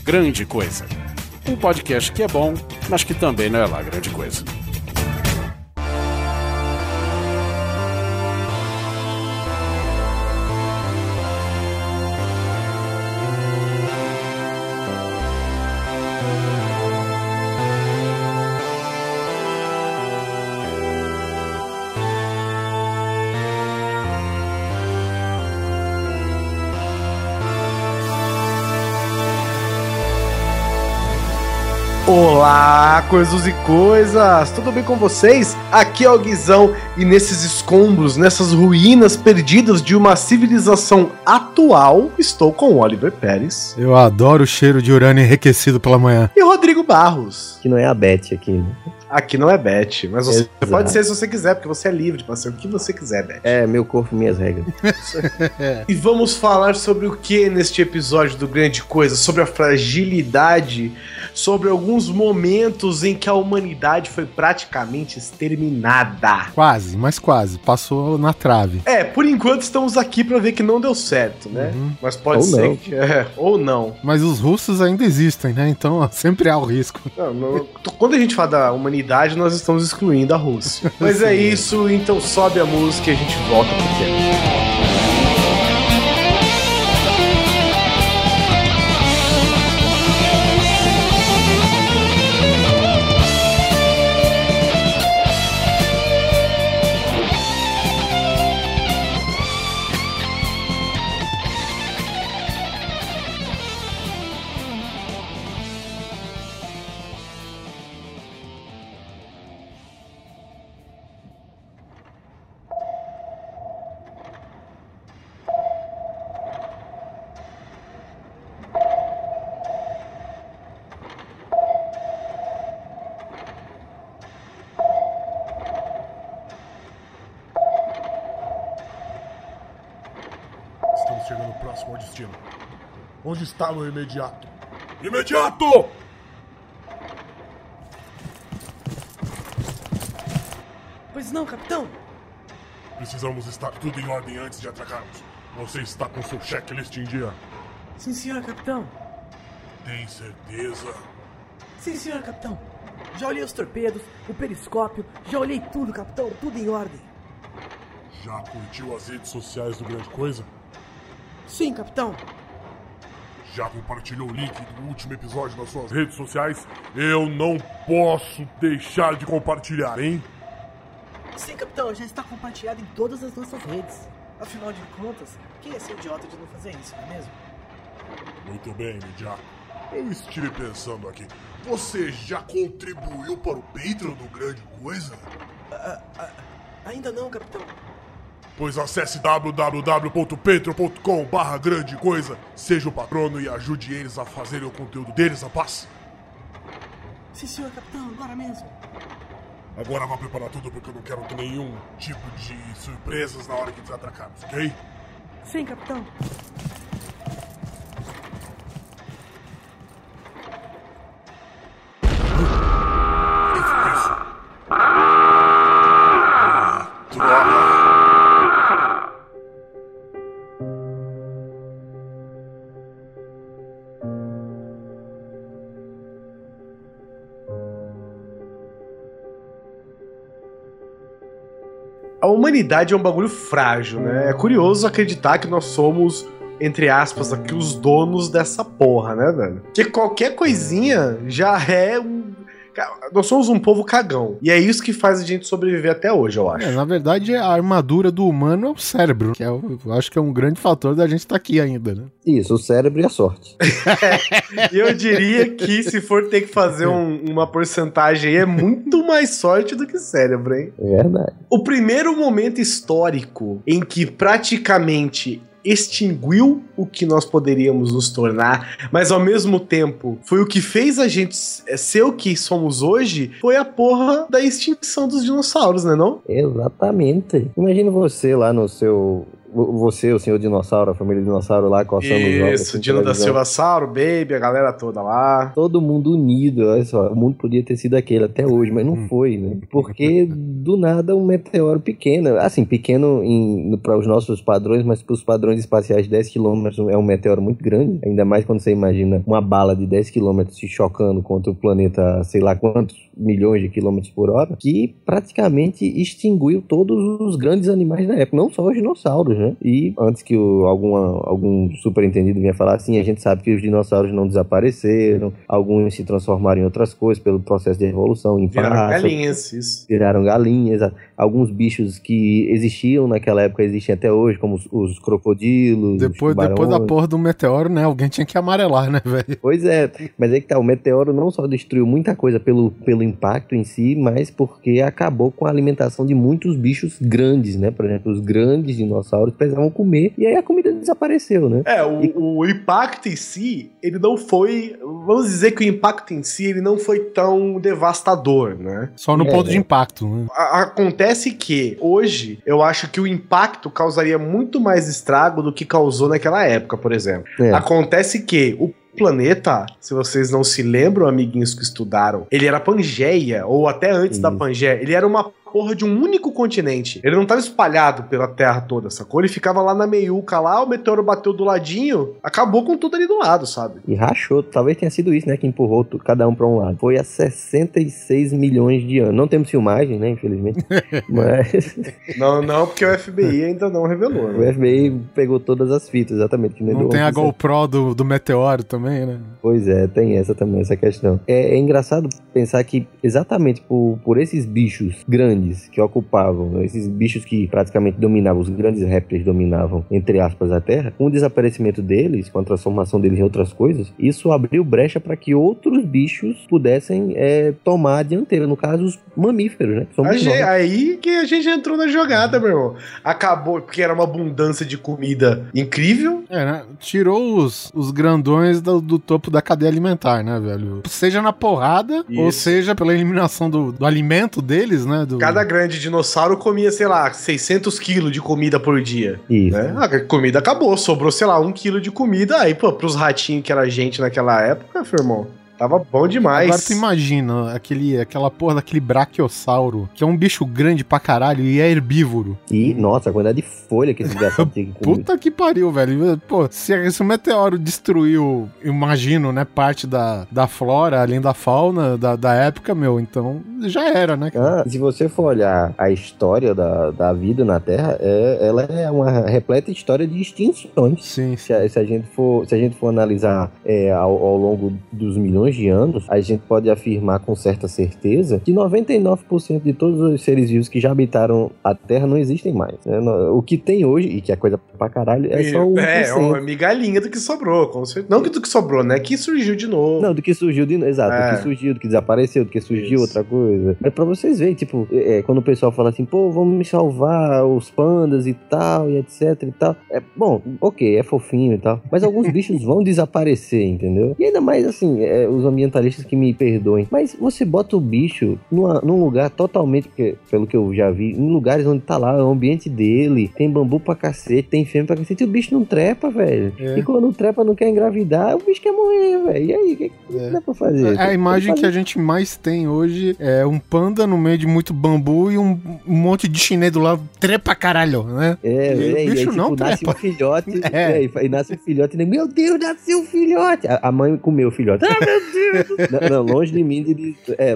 Grande Coisa. Um podcast que é bom, mas que também não é lá grande coisa. Olá, coisas e coisas! Tudo bem com vocês? Aqui é o Guizão e nesses escombros, nessas ruínas perdidas de uma civilização atual, estou com o Oliver Pérez. Eu adoro o cheiro de urânio enriquecido pela manhã. E Rodrigo Barros. Que não é a Beth aqui, né? Aqui não é Beth, mas você Exato. pode ser se você quiser, porque você é livre para ser o que você quiser, Beth. É, meu corpo, minhas regras. E vamos falar sobre o que neste episódio do Grande Coisa? Sobre a fragilidade, sobre alguns momentos em que a humanidade foi praticamente exterminada. Quase, mas quase. Passou na trave. É, por enquanto estamos aqui pra ver que não deu certo, né? Mas pode Ou ser não. que... ou não. Mas os russos ainda existem, né? Então ó, sempre há o risco. Quando a gente fala da humanidade, nós estamos excluindo a Rússia. Mas é isso, então sobe a música e a gente volta pro tema. Estamos chegando próximo ao destino. Onde está o imediato? Imediato! Pois não, capitão. Precisamos estar tudo em ordem antes de atracarmos. Você está com seu checklist em dia? Sim, senhor, capitão. Tem certeza? Sim, senhor, capitão. Já olhei os torpedos, o periscópio, já olhei tudo, capitão, tudo em ordem. Já curtiu as redes sociais do Grande Coisa? Sim, capitão. Já compartilhou o link do último episódio nas suas redes sociais? Eu não posso deixar de compartilhar, hein? Sim, capitão, já está compartilhado em todas as nossas redes. Afinal de contas, quem é esse idiota de não fazer isso, não é mesmo? Muito bem, imediato. Eu estive pensando aqui. Você já contribuiu para o Patreon do Grande Coisa? Ainda não, capitão. Pois acesse www.patreon.com/grande coisa, seja o patrono e ajude eles a fazerem o conteúdo deles, rapaz. Sim, senhor, capitão, agora mesmo. Agora vá preparar tudo porque eu não quero ter nenhum tipo de surpresas na hora que desatracarmos, ok? Sim, capitão. O que foi isso? Droga! A humanidade é um bagulho frágil, né? É curioso acreditar que nós somos, entre aspas, aqui os donos dessa porra, né, velho? Porque qualquer coisinha já é um... Nós somos um povo cagão. E é isso que faz a gente sobreviver até hoje, eu acho. Na verdade, a armadura do humano é o cérebro, que eu acho que é um grande fator da gente estar aqui ainda, né? Isso, o cérebro e a sorte. E eu diria que se for ter que fazer uma porcentagem aí, é muito mais sorte do que cérebro, hein? É verdade. O primeiro momento histórico em que praticamente extinguiu o que nós poderíamos nos tornar, mas ao mesmo tempo foi o que fez a gente ser o que somos hoje, foi a porra da extinção dos dinossauros, né não? Exatamente. Imagina você lá no seu Você, o senhor dinossauro, a família dinossauro lá coçando os ovos. Isso, Dino da Silva Sauro, Baby, a galera toda lá. Todo mundo unido, olha só. O mundo podia ter sido aquele até hoje, mas não foi, né? Porque do nada um meteoro pequeno, assim, pequeno para os nossos padrões, mas para os padrões espaciais, 10 km é um meteoro muito grande, ainda mais quando você imagina uma bala de 10 km se chocando contra o planeta, sei lá quantos milhões de quilômetros por hora, que praticamente extinguiu todos os grandes animais da época, não só os dinossauros, né? E antes que algum superentendido venha falar assim, a gente sabe que os dinossauros não desapareceram, alguns se transformaram em outras coisas pelo processo de evolução, em Viraram pássaros, galinhas, isso. viraram galinhas, alguns bichos que existiam naquela época existem até hoje, como os crocodilos, Depois da porra do meteoro, né? Alguém tinha que amarelar, né, velho? Pois é, mas aí que tá, o meteoro não só destruiu muita coisa pelo impacto em si, mas porque acabou com a alimentação de muitos bichos grandes, né? Por exemplo, os grandes dinossauros precisavam comer e aí a comida desapareceu, né? O impacto em si, ele não foi... Vamos dizer que o impacto em si, ele não foi tão devastador, né? Só no ponto de impacto, né? Acontece que, hoje, eu acho que o impacto causaria muito mais estrago do que causou naquela época, por exemplo. Acontece que o planeta, se vocês não se lembram, amiguinhos que estudaram, ele era Pangeia, ou até antes da Pangeia, ele era uma porra de um único continente. Ele não estava espalhado pela Terra toda, sacou? Ele ficava lá na meiuca lá, o meteoro bateu do ladinho, acabou com tudo ali do lado, sabe? E rachou, talvez tenha sido isso, né, que empurrou cada um pra um lado. Foi há 66 milhões de anos. Não temos filmagem, né, infelizmente. Mas... Não, porque o FBI ainda não revelou, né? O FBI pegou todas as fitas, exatamente. Que não tem a GoPro do meteoro também, né? Pois é, tem essa também, essa questão. É engraçado pensar que exatamente por esses bichos grandes que ocupavam, esses bichos que praticamente dominavam, os grandes répteis dominavam, entre aspas, a Terra, com o desaparecimento deles, com a transformação deles em outras coisas, isso abriu brecha para que outros bichos pudessem tomar a dianteira, no caso, os mamíferos, né? Aí que a gente entrou na jogada, meu irmão. Acabou, porque era uma abundância de comida incrível. Né? Tirou os grandões do topo da cadeia alimentar, né, velho? Seja na porrada, ou seja pela eliminação do alimento deles, né? Cada grande dinossauro comia, sei lá, 600 quilos de comida por dia. Isso. Né? A comida acabou, sobrou, sei lá, 1 quilo de comida. Aí, pô, pros ratinhos que era gente naquela época, irmão, tava bom demais. Agora tu imagina aquela porra daquele braquiossauro, que é um bicho grande pra caralho e é herbívoro. E, nossa, a quantidade de folha que esse desgraçado tinha que comer. Puta que pariu, velho. Pô, se o meteoro destruiu, imagino, né, parte da flora, além da fauna da época, meu, então já era, né? Se você for olhar a história da vida na Terra, ela é uma repleta história de extinções. Sim. Se a gente for analisar ao longo dos milhões de anos, a gente pode afirmar com certa certeza que 99% de todos os seres vivos que já habitaram a Terra não existem mais, né? O que tem hoje, e que é coisa pra caralho, é só 1%. É uma migalhinha do que sobrou, com certeza. Não do que sobrou, né? Que surgiu de novo. Não, do que surgiu exato, do que surgiu, do que desapareceu, do que surgiu outra coisa. Mas pra vocês verem, tipo, quando o pessoal fala assim, pô, vamos me salvar os pandas e tal, e etc e tal. Bom, ok, é fofinho e tal, mas alguns bichos vão desaparecer, entendeu? E ainda mais assim, os ambientalistas que me perdoem, mas você bota o bicho num lugar totalmente, porque, pelo que eu já vi, em lugares onde tá lá, é o ambiente dele, tem bambu pra cacete, tem fêmea pra cacete, e o bicho não trepa, velho. E quando não trepa, não quer engravidar, o bicho quer morrer, velho. E aí, o que dá pra fazer? A imagem que a gente mais tem hoje é um panda no meio de muito bambu e um monte de chinês do lado, trepa caralho, né? O bicho não trepa. Nasce um filhote, e nasce um filhote, e meu Deus, nasceu um filhote! A mãe comeu o filhote. Ah, meu Deus! Não, longe de mim de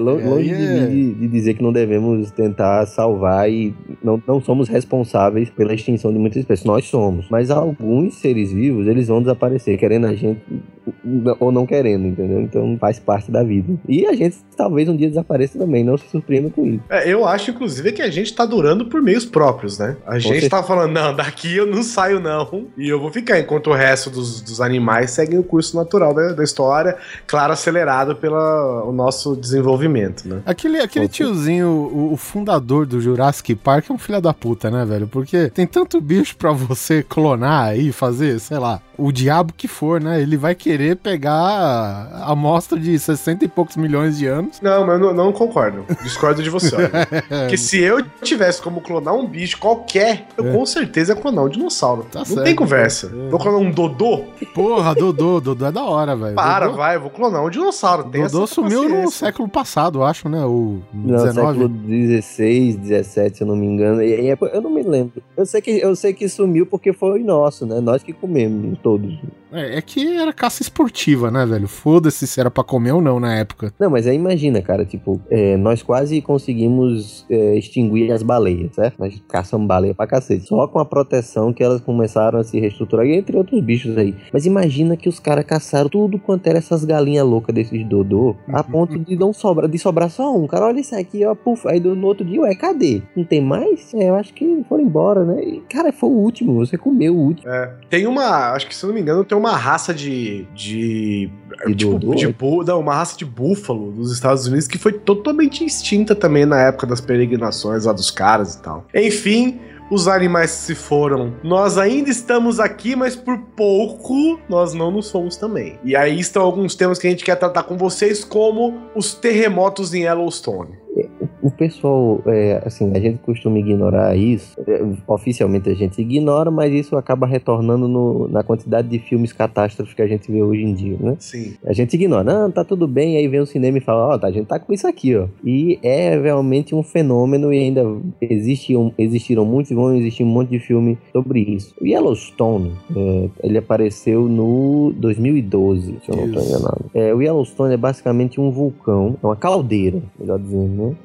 dizer que não devemos tentar salvar e não somos responsáveis pela extinção de muitas espécies. Nós somos. Mas alguns seres vivos, eles vão desaparecer, querendo a gente ou não querendo, entendeu? Então faz parte da vida. E a gente talvez um dia desapareça também, não se surpreenda com isso. Eu acho, inclusive, que a gente tá durando por meios próprios, né? A gente tá falando, não, daqui eu não saio não, e eu vou ficar, enquanto o resto dos animais seguem o curso natural da história, claro, acelerado pelo nosso desenvolvimento, né? Aquele tiozinho, o fundador do Jurassic Park é um filho da puta, né, velho? Porque tem tanto bicho pra você clonar aí, fazer, sei lá, o diabo que for, né? Ele vai querer querer pegar a amostra de 60 e poucos milhões de anos. Não, mas eu não concordo. Discordo de você. Porque se eu tivesse como clonar um bicho qualquer, eu com certeza ia clonar um dinossauro. Tá não certo. tem conversa. Vou clonar um Dodô? Porra, Dodô é da hora, velho. Dodô, Vai, eu vou clonar um dinossauro. Tem Dodô essa sumiu no paciência. século passado, eu acho, né? O Não, 19. século 16, 17, se eu não me engano. Eu não me lembro. Eu sei que sumiu porque foi nosso, né? Nós que comemos, todos. É que era caça esportiva, né, velho? Foda-se se era pra comer ou não na época. Não, mas aí imagina, cara, tipo, nós quase conseguimos extinguir as baleias, certo? Nós caçamos baleia pra cacete. Só com a proteção que elas começaram a se reestruturar, e entre outros bichos aí. Mas imagina que os caras caçaram tudo quanto era essas galinhas loucas desses Dodô, a ponto de sobrar só um. Cara, olha isso aqui, ó, puf. Aí no outro dia, ué, cadê? Não tem mais? Eu acho que foram embora, né? E, cara, foi o último, você comeu o último. Tem uma, acho que se eu não me engano, tem uma raça uma raça de búfalo dos Estados Unidos que foi totalmente extinta também na época das peregrinações lá dos caras e tal. Enfim, os animais se foram. Nós ainda estamos aqui, mas por pouco nós não nos fomos também. E aí estão alguns temas que a gente quer tratar com vocês, como os terremotos em Yellowstone. O pessoal, assim, a gente costuma ignorar isso. Oficialmente a gente ignora, mas isso acaba retornando na quantidade de filmes catástrofes que a gente vê hoje em dia, né? Sim. A gente ignora, não, tá tudo bem, aí vem o cinema e fala, a gente tá com isso aqui, ó. E é realmente um fenômeno e ainda existiram muitos e vão existir um monte de filme sobre isso. O Yellowstone, ele apareceu no 2012, se eu não tô enganado. O Yellowstone é basicamente um vulcão, é uma caldeira, melhor dizendo, né?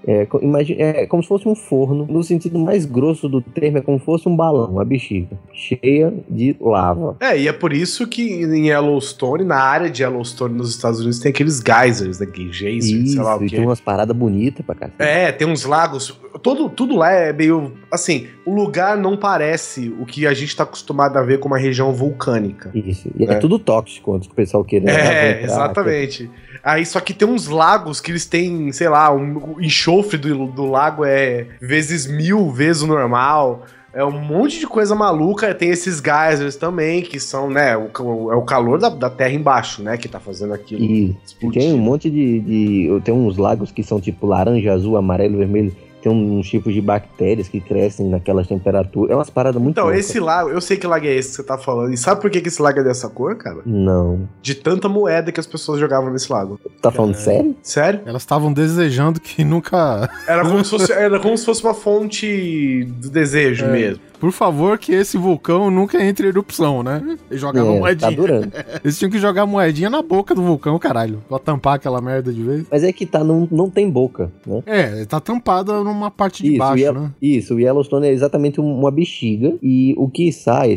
É como se fosse um forno, no sentido mais grosso do termo, é como se fosse um balão, uma bexiga, cheia de lava. E é por isso que em Yellowstone, na área de Yellowstone nos Estados Unidos, tem aqueles geysers, né? Geysers, sei lá o e quê. tem umas paradas bonitas pra cá. Tem uns lagos, tudo lá é meio, assim, o lugar não parece o que a gente tá acostumado a ver como uma região vulcânica. Isso, e é tudo tóxico, antes que o pessoal queira. Exatamente. Aí só que tem uns lagos que eles têm, sei lá, o enxofre do lago é vezes 1000 vezes o normal. É um monte de coisa maluca. Tem esses geysers também, que são, né, o calor da terra embaixo, né, que tá fazendo aquilo. E tem um monte tem uns lagos que são tipo laranja, azul, amarelo, vermelho. Tem uns tipos de bactérias que crescem naquelas temperaturas. É umas paradas muito Então, loucas. esse lago, eu sei que lago é esse que você tá falando. E sabe por que esse lago é dessa cor, cara? Não. De tanta moeda que as pessoas jogavam nesse lago. Tá falando sério? Sério? Elas estavam desejando que nunca... Era como se fosse uma fonte do desejo mesmo. Por favor, que esse vulcão nunca entre em erupção, né? Eles jogavam moedinha. Tá durando. Eles tinham que jogar moedinha na boca do vulcão, caralho. Pra tampar aquela merda de vez. Mas é que não tem boca, né? Tá tampada numa parte de baixo, né? Isso, o Yellowstone é exatamente uma bexiga. E o que sai,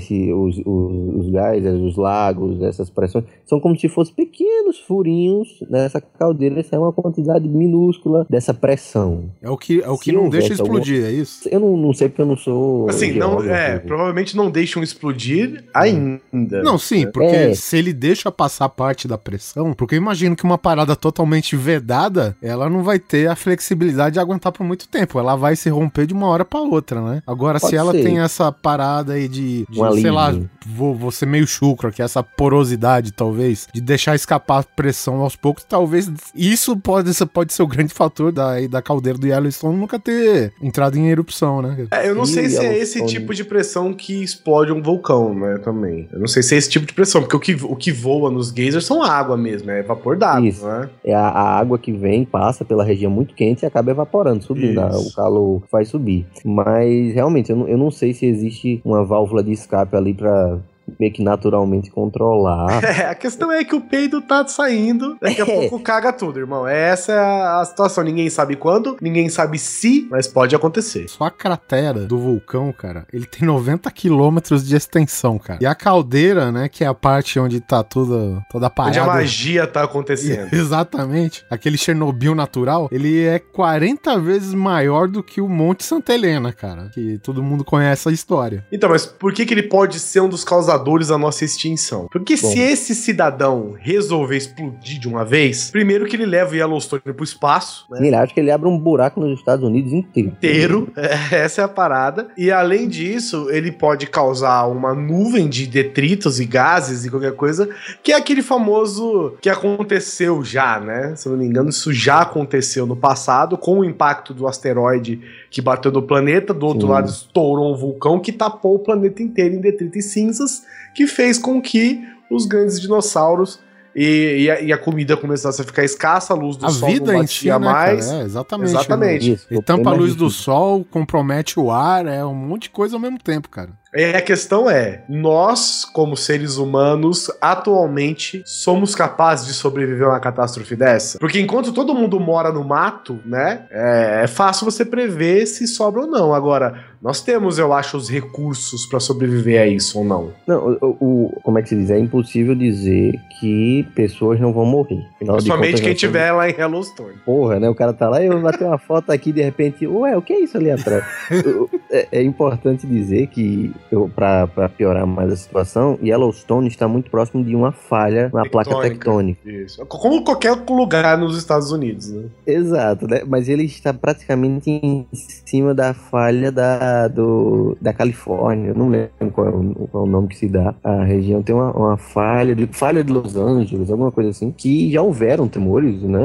os geysers, os lagos, essas pressões, são como se fossem pequenos furinhos nessa caldeira. Essa é uma quantidade minúscula dessa pressão. É o que não deixa explodir, é isso? Eu não sei porque eu não sou... Assim, provavelmente não deixam explodir ainda. Não, sim, porque se ele deixa passar parte da pressão, porque eu imagino que uma parada totalmente vedada, ela não vai ter a flexibilidade de aguentar por muito tempo, ela vai se romper de uma hora pra outra, né? Agora, se ela tem essa parada aí de sei lá, vou ser meio chucro aqui, essa porosidade, talvez, de deixar escapar a pressão aos poucos, talvez isso pode ser o grande fator da caldeira do Yellowstone nunca ter entrado em erupção, né? Eu não sei se é esse tipo de pressão que explode um vulcão, né, também. Eu não sei se é esse tipo de pressão, porque o que voa nos geysers são água mesmo, é vapor d'água, né? É a água que vem, passa pela região muito quente e acaba evaporando, subindo, o calor faz subir. Mas, realmente, eu não sei se existe uma válvula de escape ali pra meio que naturalmente controlar. A questão é que o peido tá saindo, daqui a pouco caga tudo, irmão. Essa é a situação. Ninguém sabe quando, ninguém sabe se, mas pode acontecer. Só a cratera do vulcão, cara, ele tem 90 quilômetros de extensão, cara. E a caldeira, né, que é a parte onde tá toda a parada. Onde a magia tá acontecendo. Exatamente. Aquele Chernobyl natural, ele é 40 vezes maior do que o Monte Santa Helena, cara. Que todo mundo conhece a história. Então, mas por que ele pode ser um dos causadores causadores da nossa extinção. Porque se esse cidadão resolver explodir de uma vez, primeiro que ele leva o Yellowstone pro espaço, né? Ele acha que ele abre um buraco nos Estados Unidos inteiro. Essa é a parada. E além disso, ele pode causar uma nuvem de detritos e gases e qualquer coisa, que é aquele famoso que aconteceu já, né? Se eu não me engano, isso já aconteceu no passado, com o impacto do asteroide que bateu no planeta. Do outro lado estourou um vulcão que tapou o planeta inteiro em detrito e cinzas, que fez com que os grandes dinossauros e a comida começasse a ficar escassa, a luz do sol não batia mais. Cara, exatamente. Isso, e tampa a luz do sol, compromete o ar, um monte de coisa ao mesmo tempo, cara. A questão é, nós, como seres humanos, atualmente, somos capazes de sobreviver a uma catástrofe dessa? Porque enquanto todo mundo mora no mato, né, é fácil você prever se sobra ou não. Agora, nós temos, eu acho, os recursos pra sobreviver a isso ou não. Não, como é que se diz? É impossível dizer que pessoas não vão morrer. Principalmente quem estiver lá em Yellowstone. Porra, né? O cara tá lá e eu vou bater uma foto aqui de repente, ué, o que é isso ali atrás? É importante dizer que, pra piorar mais a situação, Yellowstone está muito próximo de uma falha na placa tectônica. Isso. Como qualquer lugar nos Estados Unidos, né? Exato, né? Mas ele está praticamente em cima da falha da Califórnia. Eu não lembro qual é o nome que se dá. A região tem uma falha de Los Angeles, alguma coisa assim, que já houveram tremores, né?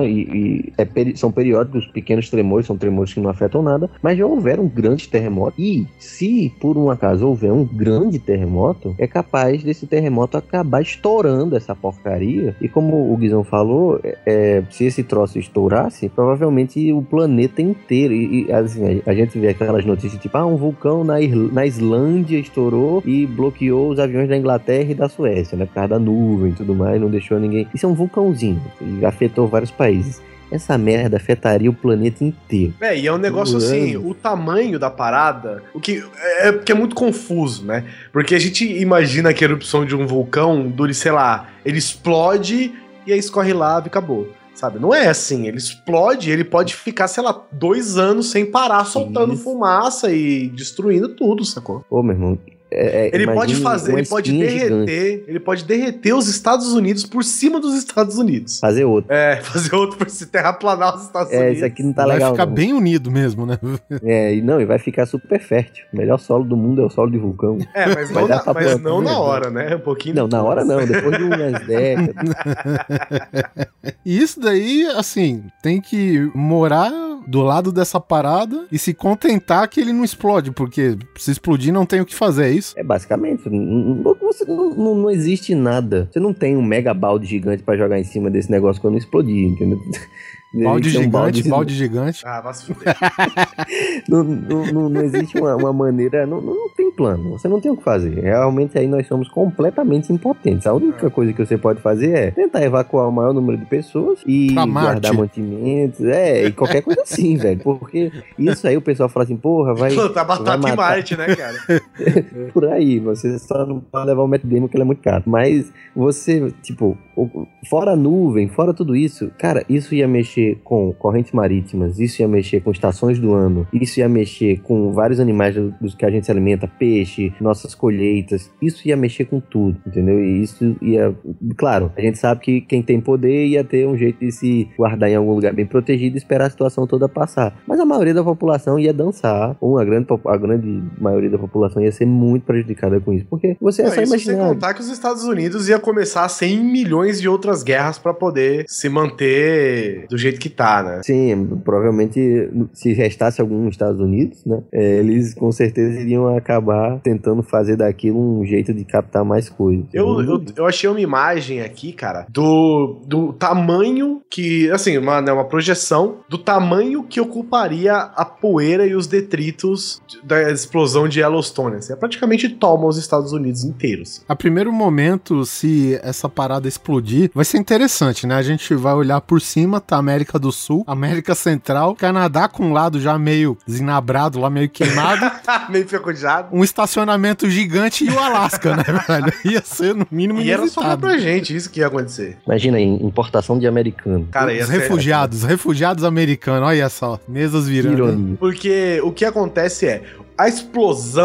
São periódicos, pequenos tremores, são tremores que não afetam nada, mas já houveram grandes terremotos. E se por um acaso houver um grande terremoto, é capaz desse terremoto acabar estourando essa porcaria. E como o Guizão falou, se esse troço estourasse, provavelmente o planeta inteiro. E assim, a gente vê aquelas notícias tipo, um vulcão na Islândia estourou e bloqueou os aviões da Inglaterra e da Suécia, né? Por causa da nuvem e tudo mais, não deixou ninguém. Isso é um vulcãozinho, e afetou vários países. Essa merda afetaria o planeta inteiro. E é um negócio assim, o tamanho da parada, porque é muito confuso, né? Porque a gente imagina que a erupção de um vulcão dure, sei lá, ele explode e aí escorre lava e acabou. Sabe? Não é assim, ele explode, ele pode ficar, sei lá, 2 anos sem parar, soltando fumaça e destruindo tudo, sacou? Ô, meu irmão, ele pode derreter os Estados Unidos por cima dos Estados Unidos. Fazer outro. Fazer outro pra se terraplanar os Estados Unidos. Isso aqui não tá legal. Vai ficar bem unido mesmo, né? E vai ficar super fértil. O melhor solo do mundo é o solo de vulcão. Mas não na hora, né? Um pouquinho. Não, na hora não, depois de umas décadas. E isso daí, assim, tem que morar do lado dessa parada e se contentar que ele não explode, porque se explodir não tem o que fazer, é isso? Basicamente, não existe nada. Você não tem um mega balde gigante pra jogar em cima desse negócio quando explodir, entendeu? Balde gigante. Vai se fuder. Não existe uma maneira, não tem plano, você não tem o que fazer. Realmente aí nós somos completamente impotentes. A única coisa que você pode fazer é tentar evacuar o maior número de pessoas e guardar mantimentos, e qualquer coisa assim, velho. Porque isso aí o pessoal fala assim, porra, vai batata em Marte, né, cara? Por aí, você só não pode levar o Matt Damon, que ele é muito caro. Mas você, tipo, fora a nuvem, fora tudo isso, cara, isso ia mexer com correntes marítimas, isso ia mexer com estações do ano, isso ia mexer com vários animais dos que a gente se alimenta, peixe, nossas colheitas, isso ia mexer com tudo, entendeu? E isso ia... Claro, a gente sabe que quem tem poder ia ter um jeito de se guardar em algum lugar bem protegido e esperar a situação toda passar. Mas a maioria da população ia dançar, ou a grande maioria da população ia ser muito prejudicada com isso, porque você é só imaginar... Sem contar que os Estados Unidos ia começar 100 milhões de outras guerras pra poder se manter do jeito que tá, né? Sim, provavelmente se restasse algum nos Estados Unidos, né? Eles com certeza iriam acabar tentando fazer daquilo um jeito de captar mais coisas. Eu achei uma imagem aqui, cara, do tamanho que, assim, uma projeção do tamanho que ocuparia a poeira e os detritos da explosão de Yellowstone. Assim, praticamente toma os Estados Unidos inteiros. A primeiro momento, se essa parada explodir, vai ser interessante, né? A gente vai olhar por cima, tá a América do Sul, América Central, Canadá com um lado já meio zinabrado, lá meio queimado. Meio ferrujado. Um estacionamento gigante e o Alasca, né, velho? Ia ser no mínimo inusitado. E era só pra gente, isso que ia acontecer. Imagina aí, importação de americano. Cara, os refugiados americanos, olha só, mesas virando. Porque o que acontece a explosão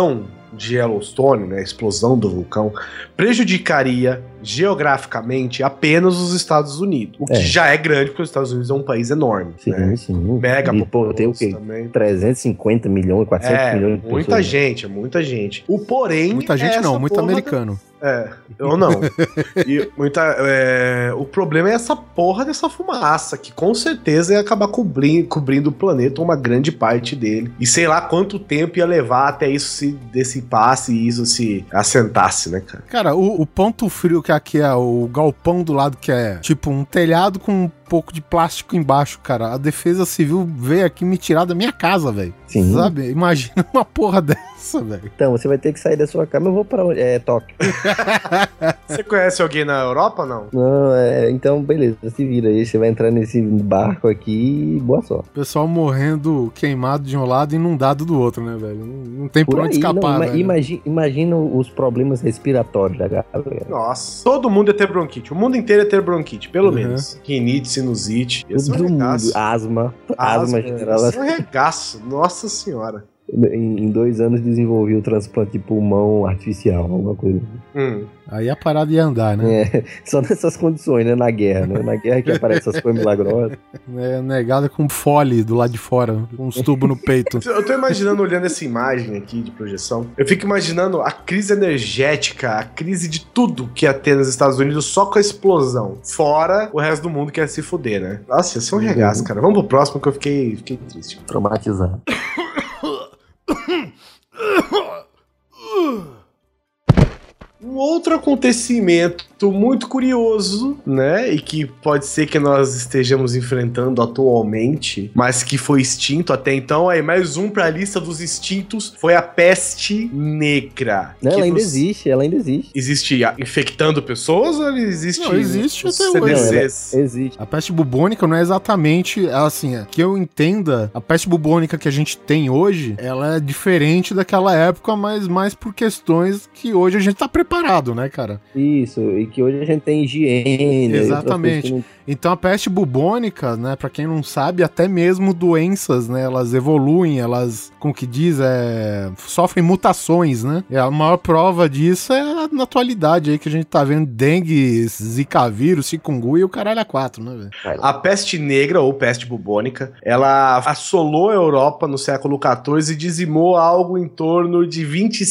de Yellowstone, né, a explosão do vulcão, prejudicaria geograficamente apenas os Estados Unidos. O que já é grande, porque os Estados Unidos é um país enorme. Sim, né? sim. Mega populoso tem o quê? também. 350 milhões, 400 milhões de pessoas. Muita gente, é muita gente. O porém... Muita gente não, muito americano. Eu não. O problema é essa porra dessa fumaça, que com certeza ia acabar cobrindo o planeta, uma grande parte dele. E sei lá quanto tempo ia levar até isso se dissipasse e isso se assentasse, né, cara? Cara, o ponto frio que aqui é o galpão do lado, que é tipo um telhado com um pouco de plástico embaixo, cara. A Defesa Civil veio aqui me tirar da minha casa, velho. Sim. Sabe? Imagina uma porra dessa, velho. Então, você vai ter que sair da sua cama. Eu vou pra onde? Tóquio. Você conhece alguém na Europa, não? Não, então beleza, se vira aí. Você vai entrar nesse barco aqui e boa sorte. O pessoal morrendo queimado de um lado e inundado do outro, né, velho? Não tem por onde escapar, velho. Imagina os problemas respiratórios da galera. Nossa, todo mundo ia ter bronquite. O mundo inteiro ia ter bronquite, pelo menos. Rinite, sinusite. Todo mundo. Asma general. Isso é um regaço. Nossa senhora. Em 2 anos desenvolvi o transplante de pulmão artificial, alguma coisa. Aí a parada ia andar, né? Só nessas condições, né? Na guerra, né? Na guerra que aparecem essas coisas milagrosas. Negada com fole do lado de fora, com uns tubos no peito. Eu tô imaginando, olhando essa imagem aqui de projeção, eu fico imaginando a crise energética, a crise de tudo que ia ter nos Estados Unidos só com a explosão. Fora o resto do mundo que ia se fuder, né? Nossa, ia ser um regaço, cara. Vamos pro próximo que eu fiquei triste. Traumatizado. Um outro acontecimento muito curioso, né, e que pode ser que nós estejamos enfrentando atualmente, mas que foi extinto até então, aí mais um pra lista dos extintos, foi a peste negra. Ela ainda existe. Existe infectando pessoas ou ele existe? Não, existe até hoje. Não, existe. A peste bubônica não é exatamente, assim, que eu entenda, a peste bubônica que a gente tem hoje, ela é diferente daquela época, mas mais por questões que hoje a gente tá preparado, né, cara? Isso, e que hoje a gente tem higiene. Exatamente. Então a peste bubônica, né, pra quem não sabe, até mesmo doenças, né, elas evoluem, elas, como que diz, sofrem mutações, né? E a maior prova disso é na atualidade aí que a gente tá vendo dengue, zika vírus, chikungunya e o caralho a 4, né, velho? A peste negra, ou peste bubônica, ela assolou a Europa no século XIV e dizimou algo em torno de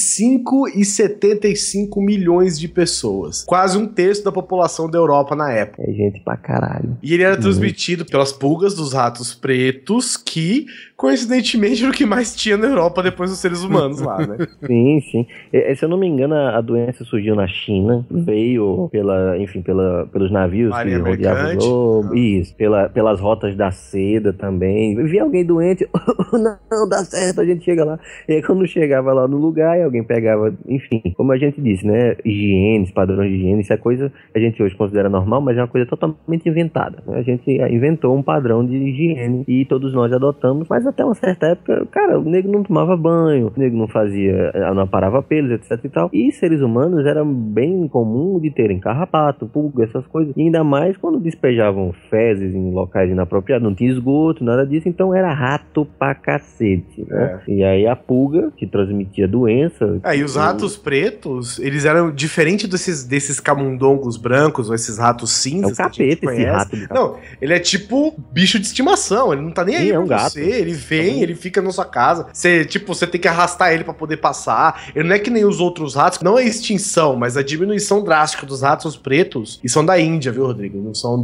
25 e 75 milhões de pessoas. Quase 1/3 da população da Europa na época. É gente pra caralho. E ele era transmitido pelas pulgas dos ratos pretos, que, coincidentemente, era o que mais tinha na Europa depois dos seres humanos lá, né? Sim. Se eu não me engano, a doença surgiu na China, veio pelos navios Marinha que rodeavam o globo, isso, pelas rotas da seda também. Vi alguém doente, não dá certo, a gente chega lá. E aí, quando chegava lá no lugar, alguém pegava, enfim, como a gente disse, né, higiene, padrões de higiene, isso é coisa que a gente hoje considera normal, mas é uma coisa totalmente inventada, né? A gente inventou um padrão de higiene e todos nós adotamos, mas até uma certa época, cara, o nego não tomava banho, o nego não aparava pelos, etc e tal. E seres humanos era bem comum de terem carrapato, pulga, essas coisas. E ainda mais quando despejavam fezes em locais inapropriados, não tinha esgoto, nada disso, então era rato pra cacete, né? E aí a pulga, que transmitia doença... E os ratos pretos, eles eram diferentes desses camundongos brancos ou esses ratos cinzas. É o capeta esse rato. Não, ele é tipo bicho de estimação, ele não tá nem aí pra gato. você, ele vem, ele fica na sua casa, você tem que arrastar ele pra poder passar, ele não é que nem os outros ratos, não é extinção, mas a diminuição drástica dos ratos pretos, e são da Índia, viu, Rodrigo? Não são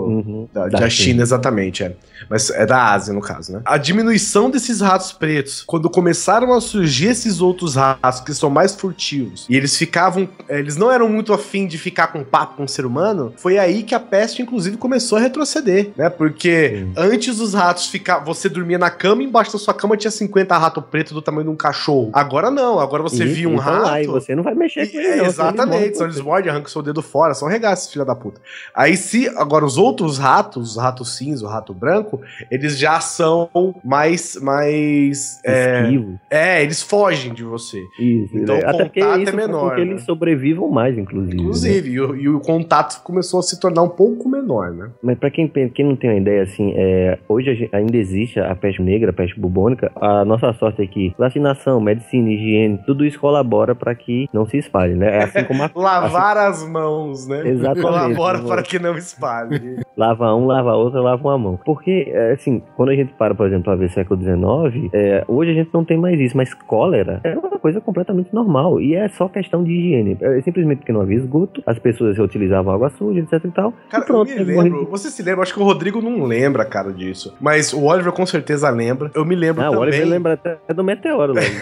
da China exatamente, mas é da Ásia no caso, né? A diminuição desses ratos pretos, quando começaram a surgir esses outros ratos que são mais furtivos, e eles não eram muito afim de ficar com papo com o ser humano, foi aí que a peste, inclusive, começou a retroceder, né? Porque antes os ratos você dormia na cama e embaixo da sua cama tinha 50 ratos pretos do tamanho de um cachorro. Agora não, agora você via um rato... Lá, e você não vai mexer com ele, não. Exatamente, são eles mordem, arrancam seu dedo fora, são regaços, filha da puta. Aí agora os outros ratos, o rato cinza, o rato branco, eles já são mais esquivos. Eles fogem de você. Isso, então o contato é menor. Porque eles sobrevivam mais, inclusive. E o contato começou a se tornar um pouco menor. pudor, né? Mas pra quem não tem uma ideia, assim, hoje ainda existe a peste negra, a peste bubônica. A nossa sorte é que vacinação, medicina, higiene, tudo isso colabora pra que não se espalhe, né? É assim como Lavar as mãos, né? Exatamente. Colabora para que não espalhe. Lava um, lava outro, lava uma mão. Porque, assim, quando a gente para, por exemplo, a ver século XIX, hoje a gente não tem mais isso, mas cólera era uma coisa completamente normal. E é só questão de higiene. Simplesmente porque não havia esgoto, as pessoas reutilizavam água suja, etc e tal. Cara, e pronto, eu me lembro. Você se lembra? Acho que o Rodrigo não lembra, cara, disso. Mas o Oliver com certeza lembra. Eu me lembro também. O Oliver lembra até do meteoro, velho.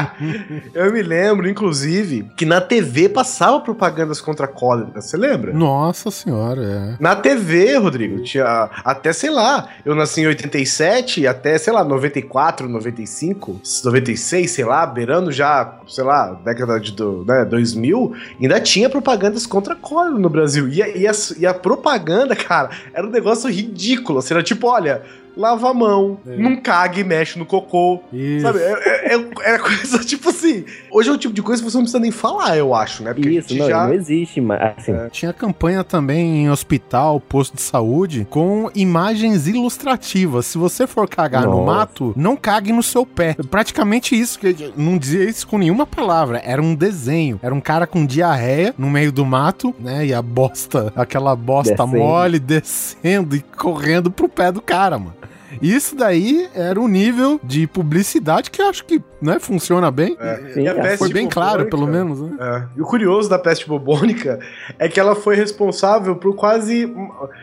Eu me lembro, inclusive, que na TV passava propagandas contra a cólera. Você lembra? Nossa senhora, Na TV, Rodrigo, tinha até, sei lá, eu nasci em 87, até, sei lá, 94, 95, 96, sei lá, beirando já, sei lá, década de 2000, ainda tinha propagandas contra a cólera no Brasil. E a propaganda, cara, era um negócio ridículo. Assim, era tipo, olha, lava a mão, não cague e mexe no cocô. Isso. Sabe? É coisa tipo assim. Hoje é o tipo de coisa que você não precisa nem falar, eu acho, né? Porque isso, não existe, mas assim. Tinha campanha também em hospital, posto de saúde, com imagens ilustrativas. Se você for cagar no mato, não cague no seu pé. Praticamente isso, que não dizia isso com nenhuma palavra. Era um desenho. Era um cara com diarreia no meio do mato, né? E aquela bosta descendo, mole, descendo e correndo pro pé do cara, mano. Isso daí era um nível de publicidade que eu acho que, né, funciona bem. Foi bem claro, pelo menos, né? E o curioso da peste bubônica é que ela foi responsável por quase...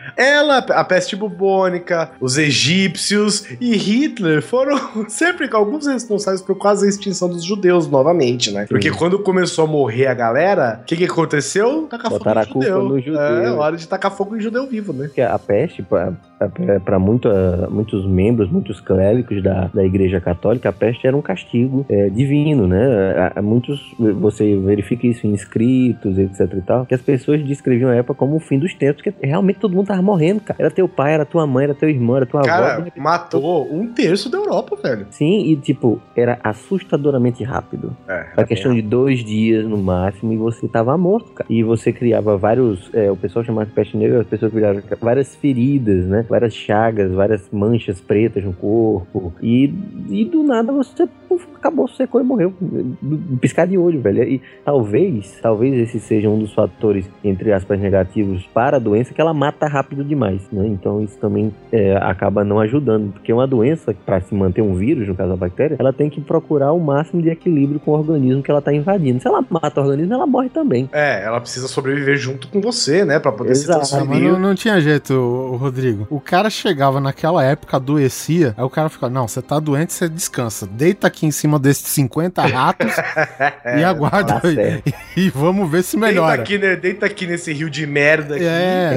a peste bubônica, os egípcios e Hitler foram sempre alguns responsáveis por quase a extinção dos judeus novamente, né? Porque quando começou a morrer a galera, o que aconteceu? Tacar fogo no judeu. Hora de tacar fogo em judeu vivo, né? A peste, para muitos membros, muitos clérigos da Igreja Católica, a peste era um castigo divino, né? Você verifica isso em escritos, etc e tal, que as pessoas descreviam a época como o fim dos tempos, que realmente todo mundo tava morrendo, cara. Era teu pai, era tua mãe, era teu irmão, era tua avó. Cara, matou 1/3 da Europa, velho. Sim, e tipo, era assustadoramente rápido. Era questão de 2 dias no máximo e você tava morto, cara. E você criava vários, o pessoal chamava de peste negra, as pessoas criavam várias feridas, né? Várias chagas, várias manchas pretas no corpo. E do nada você acabou, secou e morreu. Piscar de olho, velho. E talvez esse seja um dos fatores, entre aspas, negativos para a doença, que ela mata rápido demais, né? Então isso também acaba não ajudando. Porque uma doença, para se manter um vírus, no caso da bactéria, ela tem que procurar o máximo de equilíbrio com o organismo que ela tá invadindo. Se ela mata o organismo, ela morre também. Ela precisa sobreviver junto com você, né? Pra poder se transferir. Mas não tinha jeito, Rodrigo. O cara chegava naquela época, adoecia, aí o cara ficava, não, você tá doente, você descansa. Deita aqui em cima desses 50 ratos e aguarda e vamos ver se melhora. Deita aqui nesse rio de merda aqui.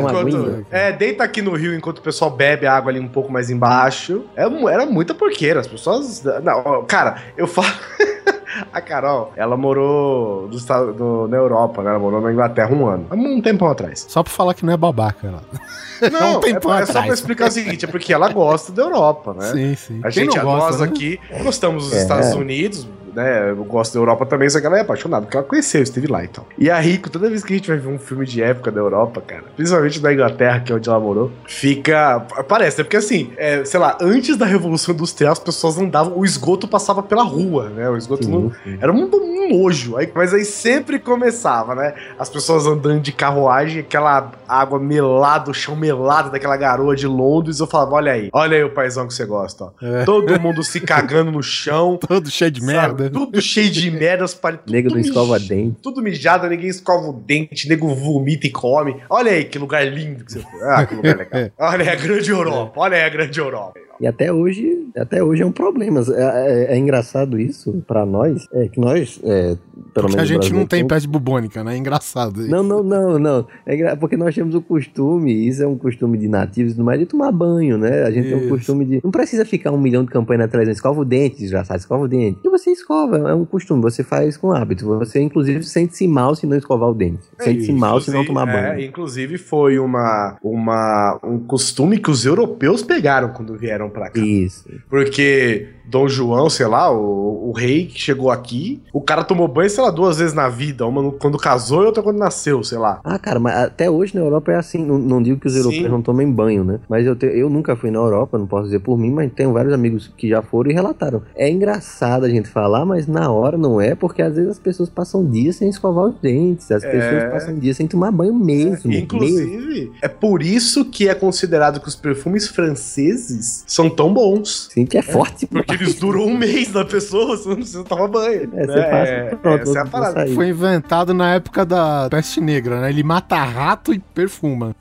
Deita aqui no rio enquanto o pessoal bebe a água ali um pouco mais embaixo. Era muita porqueira. As pessoas... Não, cara, eu falo... A Carol, ela morou na Europa, né? Ela morou na Inglaterra um tempão atrás. Só pra falar que não é babaca, ela. Não, é só pra explicar o seguinte, é porque ela gosta da Europa, né? Sim. Nós aqui gostamos dos Estados Unidos, né? Eu gosto da Europa também, só que ela é apaixonada, porque ela conheceu, esteve lá e tal. E a Rico, toda vez que a gente vai ver um filme de época da Europa, cara, principalmente da Inglaterra, que é onde ela morou, parece, né? Porque assim, sei lá, antes da Revolução Industrial, as pessoas andavam, o esgoto passava pela rua, né? O esgoto era um nojo. Mas aí sempre começava, né? As pessoas andando de carruagem, aquela água melada, o chão melado daquela garoa de Londres, eu falava, olha aí o paizão que você gosta, ó. Todo mundo se cagando no chão. Todo cheio de merda. Tudo cheio de merda. Nego não escova dente. Tudo mijado, ninguém escova o dente, nego vomita e come. Olha aí que lugar lindo que você foi. Que lugar legal. Olha aí a grande Europa. E até hoje é um problema. É engraçado isso pra nós. Que nós, pelo menos a gente não tem peste bubônica, né? É engraçado. Não. Porque nós temos o costume, isso é um costume de nativos, no mais de tomar banho, né? A gente tem o costume de... Não precisa ficar 1 milhão de campanha na televisão. Escova o dente, desgraçado, escova o dente. E você escova, é um costume, você faz com hábito. Você, inclusive, sente-se mal se não escovar o dente. Sente-se mal se não tomar banho. Inclusive, foi um costume que os europeus pegaram quando vieram pra cá. Isso. Porque Dom João, sei lá, o rei que chegou aqui, o cara tomou banho, sei lá, 2 vezes na vida. Uma quando casou e outra quando nasceu, sei lá. Ah, cara, mas até hoje na Europa é assim. Não digo que os europeus não tomem banho, né? Mas eu nunca fui na Europa, não posso dizer por mim, mas tenho vários amigos que já foram e relataram. É engraçado a gente falar, mas na hora não é, porque às vezes as pessoas passam dias sem escovar os dentes. As pessoas passam dias sem tomar banho mesmo. Inclusive, é por isso que é considerado que os perfumes franceses são tão bons. Sim, que é forte. Porque eles duram um mês na pessoa, você não precisa tomar banho. Você passa, pronto, essa é a parada. Foi inventado na época da peste negra, né? Ele mata rato e perfuma.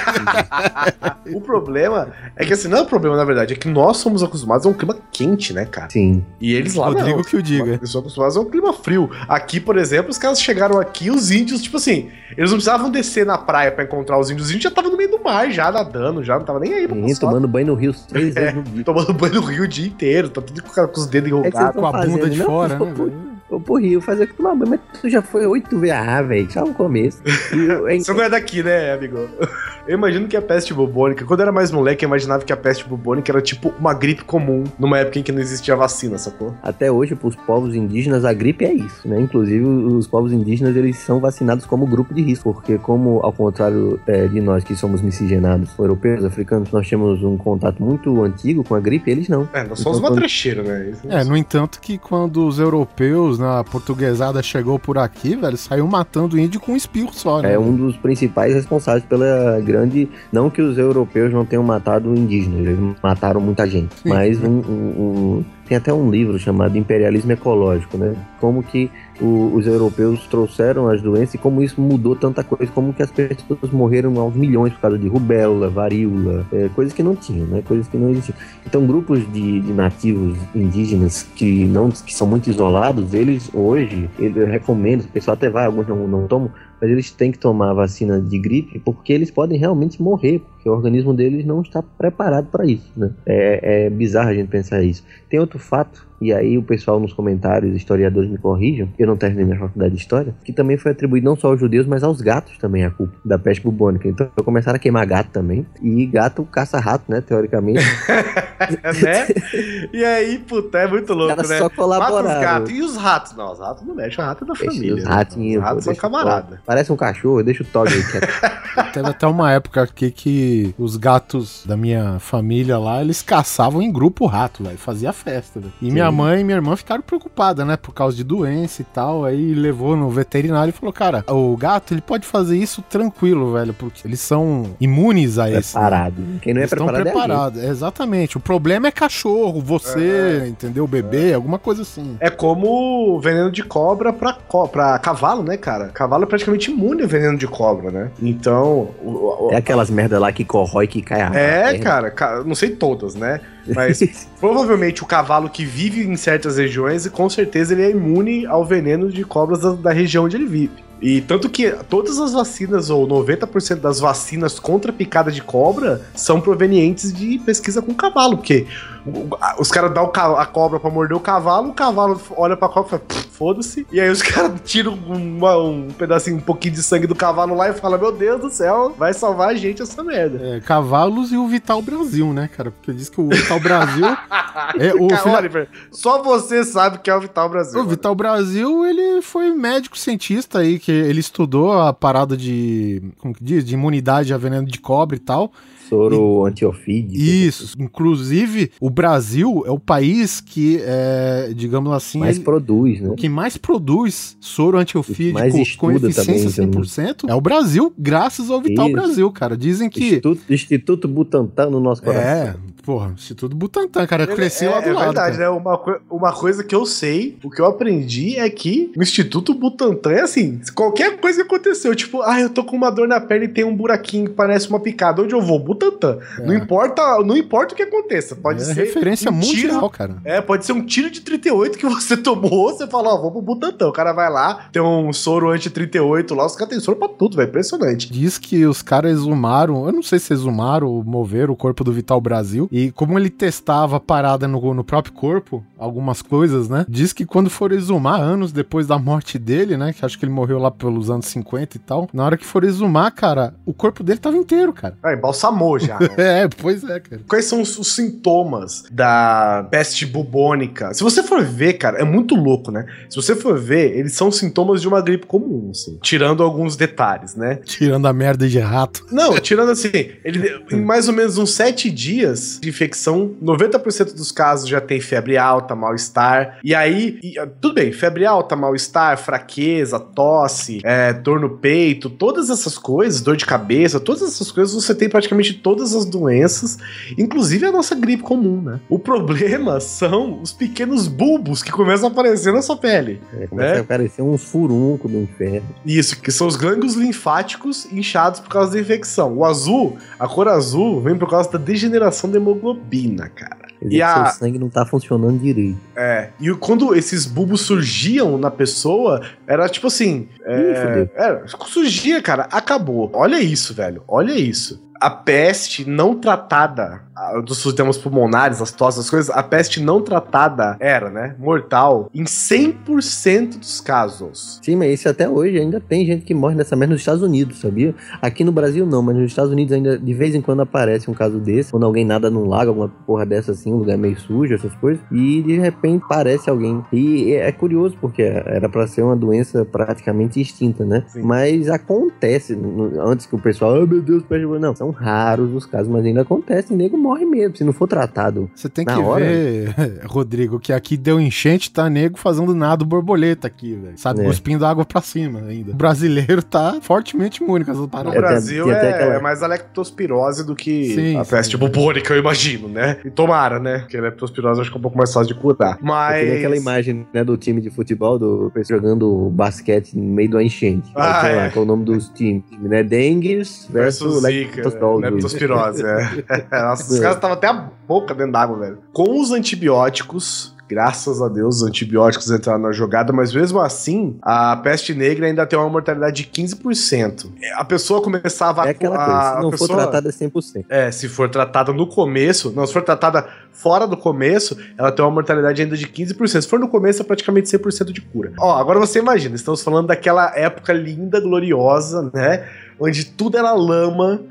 O problema é que assim, não é o problema, na verdade, é que nós somos acostumados a um clima quente, né, cara? Sim. E eles lá Rodrigo não. que o diga. Eles são acostumados a um clima frio. Aqui, por exemplo, os caras chegaram aqui, os índios, tipo assim, eles não precisavam descer na praia pra encontrar os índios já estavam no meio do mar, já nadando, já não tava nem aí pra passar. Tomando banho no rio 3 vezes no dia. Tomando banho no rio o dia inteiro, tá tudo com os dedos enrugados. Com a bunda de fora, né, Vou pro rio fazer que tomar banho, mas tu já foi 8 vezes. Ah, velho, só no começo. Você não é daqui, né, amigo? Eu imagino que a peste bubônica, quando eu era mais moleque, eu imaginava que a peste bubônica era tipo uma gripe comum, numa época em que não existia vacina, sacou? Até hoje, pros povos indígenas, a gripe é isso, né? Inclusive, os povos indígenas, eles são vacinados como grupo de risco, porque como, ao contrário de nós que somos miscigenados, europeus, africanos, nós temos um contato muito antigo com a gripe, eles não. Nós somos uma trecheira, né? No entanto que quando os europeus, a portuguesada chegou por aqui, velho, saiu matando índio com um espirro só, né? É um dos principais responsáveis pela grande... Não que os europeus não tenham matado indígenas, eles mataram muita gente, mas tem até um livro chamado Imperialismo Ecológico, né? Como que os europeus trouxeram as doenças e como isso mudou tanta coisa, como que as pessoas morreram aos milhões por causa de rubéola, varíola, coisas que não tinham, né? Coisas que não existiam. Então, grupos de nativos indígenas que são muito isolados, eles hoje, eu recomendo, o pessoal até vai, alguns não tomam, mas eles têm que tomar a vacina de gripe porque eles podem realmente morrer, porque o organismo deles não está preparado para isso, né? É bizarro a gente pensar isso. Tem outro fato, e aí o pessoal nos comentários, historiadores me corrijam, eu não terminei minha faculdade de história, que também foi atribuído não só aos judeus, mas aos gatos também a culpa da peste bubônica. Então começaram a queimar gato também, e gato caça rato, né, teoricamente. Né? E aí, puta, é muito louco, Cara, né? só colaboraram. Mata os gatos. E os ratos? Não, os ratos não mexem, o rato é da família. Os ratinhos. Os ratos são camaradas. Parece um cachorro, deixa o Todd aí quieto. Teve até uma época aqui que os gatos da minha família lá, eles caçavam em grupo o rato, velho, fazia festa, velho. E minha mãe e minha irmã ficaram preocupadas, né, por causa de doença e tal, aí levou no veterinário e falou, cara, o gato, ele pode fazer isso tranquilo, velho, porque eles são imunes a isso. Preparado. Né? Quem não é preparado é a gente. Exatamente. O problema é cachorro, você, entendeu, bebê, alguma coisa assim. É como veneno de cobra pra cavalo, né, cara? Cavalo é praticamente imune a veneno de cobra, né? Então... É aquelas merda lá que corrói, que cai a cara, não sei todas, né? Mas provavelmente o cavalo que vive em certas regiões, com certeza ele é imune ao veneno de cobras da região onde ele vive. E tanto que todas as vacinas, ou 90% das vacinas contra a picada de cobra, são provenientes de pesquisa com cavalo, porque os caras dão a cobra pra morder o cavalo olha pra cobra e fala, foda-se, e aí os caras tiram um pedacinho, um pouquinho de sangue do cavalo lá e falam, meu Deus do céu, vai salvar a gente essa merda. Cavalos e o Vital Brasil, né, cara? Porque diz que o Vital Brasil... Oliver, só você sabe que é o Vital Brasil. O Vital Brasil, ele foi médico cientista aí, que ele estudou a parada de, como que diz, de imunidade a veneno de cobra e tal. Soro antiofídico. Isso. Inclusive, o Brasil é o país que, digamos assim... mais produz, né? O que mais produz soro antiofídico com eficiência também, 100% é o Brasil, graças ao Vital Brasil, cara. Dizem que... Instituto Butantan no nosso coração. Instituto Butantan, cara. Eu cresci lá do lado. É verdade, cara. Né? Uma coisa que eu sei, o que eu aprendi é que o Instituto Butantan é assim, qualquer coisa que aconteceu, tipo, eu tô com uma dor na perna e tem um buraquinho que parece uma picada, onde eu vou? Butantan. Não importa o que aconteça, pode ser referência mundial, cara. Pode ser um tiro de 38 que você tomou, você fala, vou pro Butantan. O cara vai lá, tem um soro anti-38 lá, os caras têm soro pra tudo, velho, impressionante. Diz que os caras exumaram, eu não sei se exumaram ou moveram o corpo do Vital Brasil, e como ele testava a parada no próprio corpo, algumas coisas, né? Diz que quando for exumar, anos depois da morte dele, né? Que acho que ele morreu lá pelos anos 50 e tal. Na hora que for exumar, cara, o corpo dele tava inteiro, cara. Embalsamou, acabou já, né? Pois é, cara. Quais são os sintomas da peste bubônica? Se você for ver, cara, é muito louco, né? Se você for ver, eles são sintomas de uma gripe comum, assim. Tirando alguns detalhes, né? Tirando a merda de rato. Não, tirando assim, em mais ou menos uns 7 dias de infecção, 90% dos casos já tem febre alta, mal-estar. E aí, tudo bem, febre alta, mal-estar, fraqueza, tosse, dor no peito, todas essas coisas, dor de cabeça, todas essas coisas, você tem praticamente todas as doenças, inclusive a nossa gripe comum, né? O problema são os pequenos bulbos que começam a aparecer na sua pele. Começa a aparecer uns furuncos do inferno. Isso, que são os gânglios linfáticos inchados por causa da infecção. O azul, a cor azul, vem por causa da degeneração da hemoglobina, cara. Seu sangue não tá funcionando direito. E quando esses bulbos surgiam na pessoa, era tipo assim... surgia, cara, acabou. Olha isso, velho, olha isso. A peste não tratada dos sistemas pulmonares, as tosses, as coisas, a peste não tratada era, né, mortal em 100% dos casos. Sim, mas isso até hoje ainda tem gente que morre nessa merda nos Estados Unidos, sabia? Aqui no Brasil não, mas nos Estados Unidos ainda de vez em quando aparece um caso desse, quando alguém nada num lago, alguma porra dessa assim, um lugar meio sujo, essas coisas, e de repente aparece alguém. E é curioso, porque era pra ser uma doença praticamente extinta, né? Sim. Mas acontece, antes que o pessoal, meu Deus, peste bubônica, não, são raros os casos, mas ainda acontece, e nego morre mesmo, se não for tratado. Você tem que ver, Rodrigo, que aqui deu enchente, tá nego fazendo nado borboleta aqui, velho. Sabe, cuspindo água pra cima ainda. O brasileiro tá fortemente imune com essas paradas. No Brasil é mais a leptospirose do que a peste bubônica, eu imagino, né? E tomara, né? Porque a leptospirose acho que é um pouco mais fácil de curar. Mas... Tem aquela imagem, né, do time de futebol, do pessoal jogando basquete no meio da enchente. Sei lá, qual é o nome dos times, né? Dengues versus leptospirose, Nossa, os caras estavam até a boca dentro d'água, velho. Com os antibióticos, graças a Deus, os antibióticos entraram na jogada, mas mesmo assim, a peste negra ainda tem uma mortalidade de 15%. A pessoa começava aquela coisa, se não for tratada 100%. Se for tratada no começo, se for tratada fora do começo, ela tem uma mortalidade ainda de 15%. Se for no começo, é praticamente 100% de cura. Agora você imagina, estamos falando daquela época linda, gloriosa, né? Onde tudo era lama,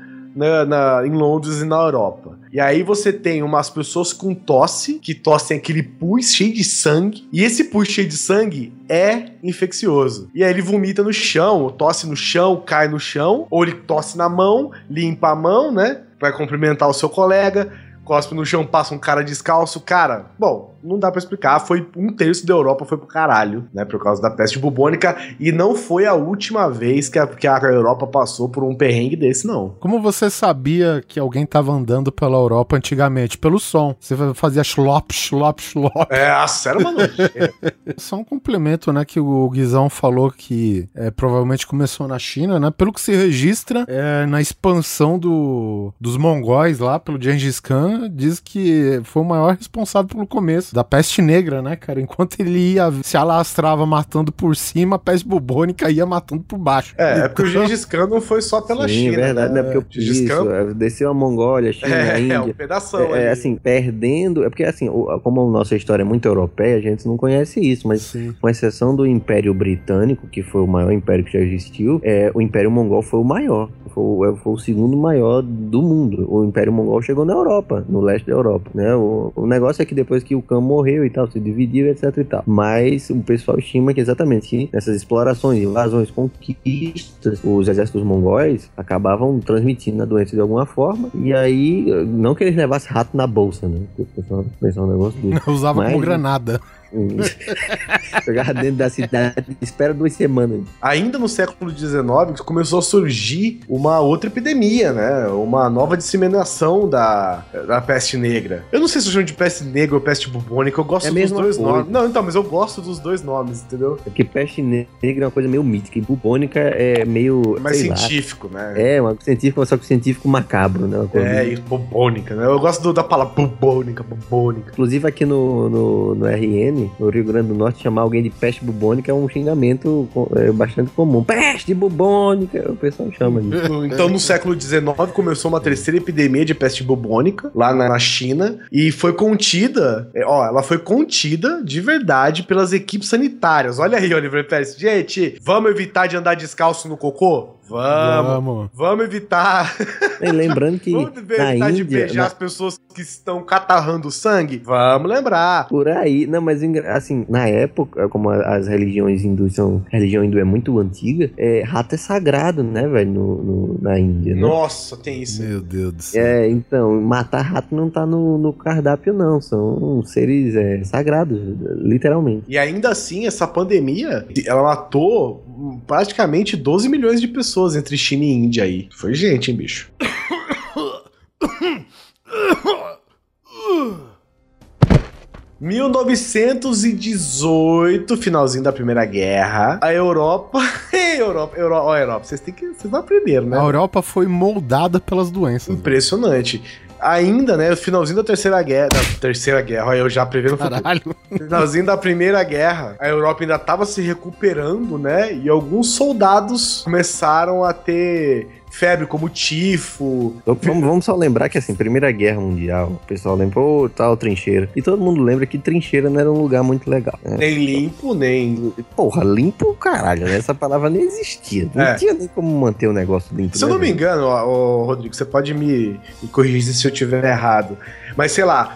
em Londres e na Europa. E aí você tem umas pessoas com tosse, que tossem aquele pus cheio de sangue, e esse pus cheio de sangue é infeccioso. E aí ele vomita no chão, ou tosse no chão, cai no chão, ou ele tosse na mão, limpa a mão, né? Vai cumprimentar o seu colega, cospe no chão, passa um cara descalço. Cara, bom, não dá pra explicar, foi 1/3 da Europa foi pro caralho, né, por causa da peste bubônica, e não foi a última vez que a Europa passou por um perrengue desse, não. Como você sabia que alguém tava andando pela Europa antigamente? Pelo som. Você fazia xlop, xlop, xlop. Sério, mano? Só um complemento, né, que o Guizão falou que provavelmente começou na China, né, pelo que se registra, na expansão dos mongóis lá, pelo Gengis Khan, diz que foi o maior responsável pelo começo da peste negra, né, cara? Enquanto ele se alastrava matando por cima, a peste bubônica ia matando por baixo. Porque o Gengis Khan não foi só pela China. É verdade, né? Porque o Gengis Khan desceu a Mongólia, a China, a Índia. Um pedação assim, perdendo... porque, assim, como a nossa história é muito europeia, a gente não conhece isso, mas com exceção do Império Britânico, que foi o maior império que já existiu, o Império Mongol foi o maior. Foi o segundo maior do mundo. O Império Mongol chegou na Europa, no leste da Europa, né? O negócio é que depois que o Khan morreu e tal, se dividiu, etc e tal. Mas o pessoal estima que exatamente nessas explorações, invasões, conquistas, os exércitos mongóis acabavam transmitindo a doença de alguma forma, e aí, não que eles levassem rato na bolsa, né? O pessoal pensava um negócio desse. Usava como granada. Jogava dentro da cidade, espera 2 semanas. Ainda no século XIX começou a surgir uma outra epidemia, né? Uma nova disseminação da peste negra. Eu não sei se eu chamo de peste negra ou peste bubônica, eu gosto dos dois nomes. Não, então, mas eu gosto dos dois nomes, entendeu? É que peste negra é uma coisa meio mítica, e bubônica é meio... mais científico, né? Uma científica, só que científico macabro, né? E bubônica, né? Eu gosto da palavra bubônica. Inclusive aqui no RN, no Rio Grande do Norte, chamar alguém de peste bubônica é um xingamento bastante comum. Peste bubônica, o pessoal chama disso. Então, no século XIX, começou uma terceira epidemia de peste bubônica, lá na China, e foi contida, ela foi contida de verdade pelas equipes sanitárias. Olha aí, Oliver Pérez. Gente, vamos evitar de andar descalço no cocô? Vamos evitar. E lembrando que Vamos na evitar de Índia... beijar as pessoas que estão catarrando sangue? Vamos lembrar. Por aí, não, mas assim, na época, como as religiões hindus são, a religião hindu é muito antiga, rato é sagrado, né, velho, na Índia, né? Nossa, tem isso. Meu Deus do céu. Então, matar rato não tá no cardápio, não, são seres sagrados, literalmente. E ainda assim, essa pandemia, ela matou praticamente 12 milhões de pessoas entre China e Índia aí. Foi gente, hein, bicho? 1918, finalzinho da Primeira Guerra, a Europa... Europa, vocês não aprenderam, né? A Europa foi moldada pelas doenças. Impressionante. Ainda, né, finalzinho da Terceira Guerra, olha, eu já prevendo o futuro. Caralho. Finalzinho da Primeira Guerra, a Europa ainda estava se recuperando, né, e alguns soldados começaram a ter febre, como tifo. Vamos só lembrar que, assim, Primeira Guerra Mundial, o pessoal lembra, tal trincheira. E todo mundo lembra que trincheira não era um lugar muito legal. Né? Nem limpo, nem... Porra, limpo, caralho, né? Essa palavra nem existia. Não tinha nem como manter o negócio limpo. Se eu não me engano, Rodrigo, você pode me corrigir se eu estiver errado. Mas, sei lá,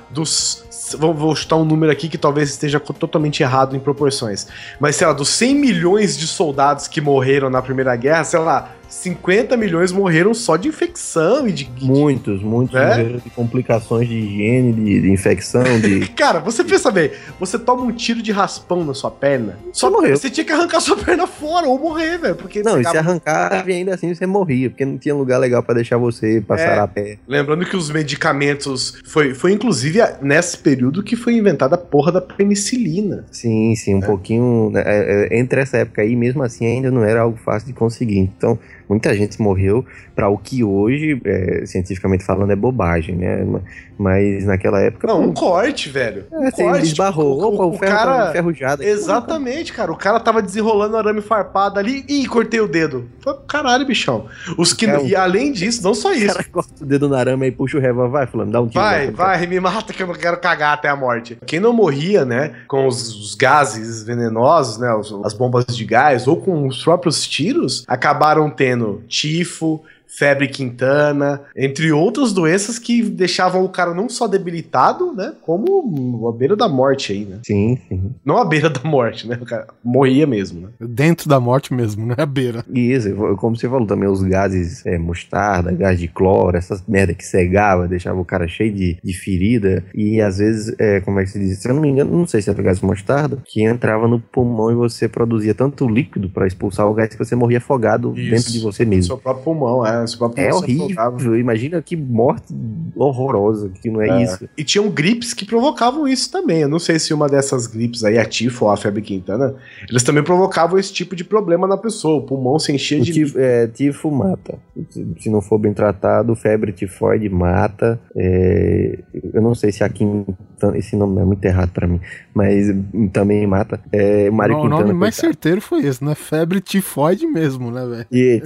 vou chutar um número aqui que talvez esteja totalmente errado em proporções. Mas, sei lá, dos 100 milhões de soldados que morreram na Primeira Guerra, sei lá, 50 milhões morreram só de infecção e de... Muitos morreram de complicações de higiene, de infecção, de... Cara, você pensa bem, você toma um tiro de raspão na sua perna, só morreu. Você tinha que arrancar sua perna fora ou morrer, velho, porque... Não, e se arrancar, ainda assim você morria, porque não tinha lugar legal pra deixar você passar a pé. Lembrando que os medicamentos... Foi inclusive nesse período que foi inventada a porra da penicilina. Sim, um pouquinho... Entre essa época aí, mesmo assim, ainda não era algo fácil de conseguir. Então, muita gente morreu para o que hoje, cientificamente falando, é bobagem, né? Mas naquela época... Não, um corte, velho. Um corte. Desbarrou. O ferro cara... tava enferrujado. Exatamente, cara. O cara tava desenrolando arame farpado ali e cortei o dedo. Foi caralho, bichão. E além disso, não só isso. O cara corta o dedo no arame e puxa o revólver. Vai, fulano, dá um tiro. Vai, me mata que eu não quero cagar até a morte. Quem não morria, né, com os gases venenosos, né, as bombas de gás, ou com os próprios tiros, acabaram tendo tifo, febre quintana, entre outras doenças que deixavam o cara não só debilitado, né, como à beira da morte aí, né? Sim. Não à beira da morte, né? O cara morria mesmo, né? Dentro da morte mesmo, não é à beira. Isso, como você falou também, os gases, mostarda, gás de cloro, essas merda que cegava, deixava o cara cheio de ferida, e às vezes, como é que se diz? Se eu não me engano, não sei se era gás de mostarda, que entrava no pulmão e você produzia tanto líquido pra expulsar o gás que você morria afogado dentro de você mesmo. Seu próprio pulmão, É horrível, imagina que morte horrorosa, que não é isso. E tinham gripes que provocavam isso também. Eu não sei se uma dessas gripes aí, a tifo ou a febre quintana, eles também provocavam esse tipo de problema na pessoa. O pulmão se enchia de... Tifo mata. Se não for bem tratado, febre tifoide mata. Eu não sei se aqui esse nome é muito errado pra mim, mas também mata. Mário Quintana, o nome mais certeiro foi esse, né? Febre tifoide mesmo, né, velho?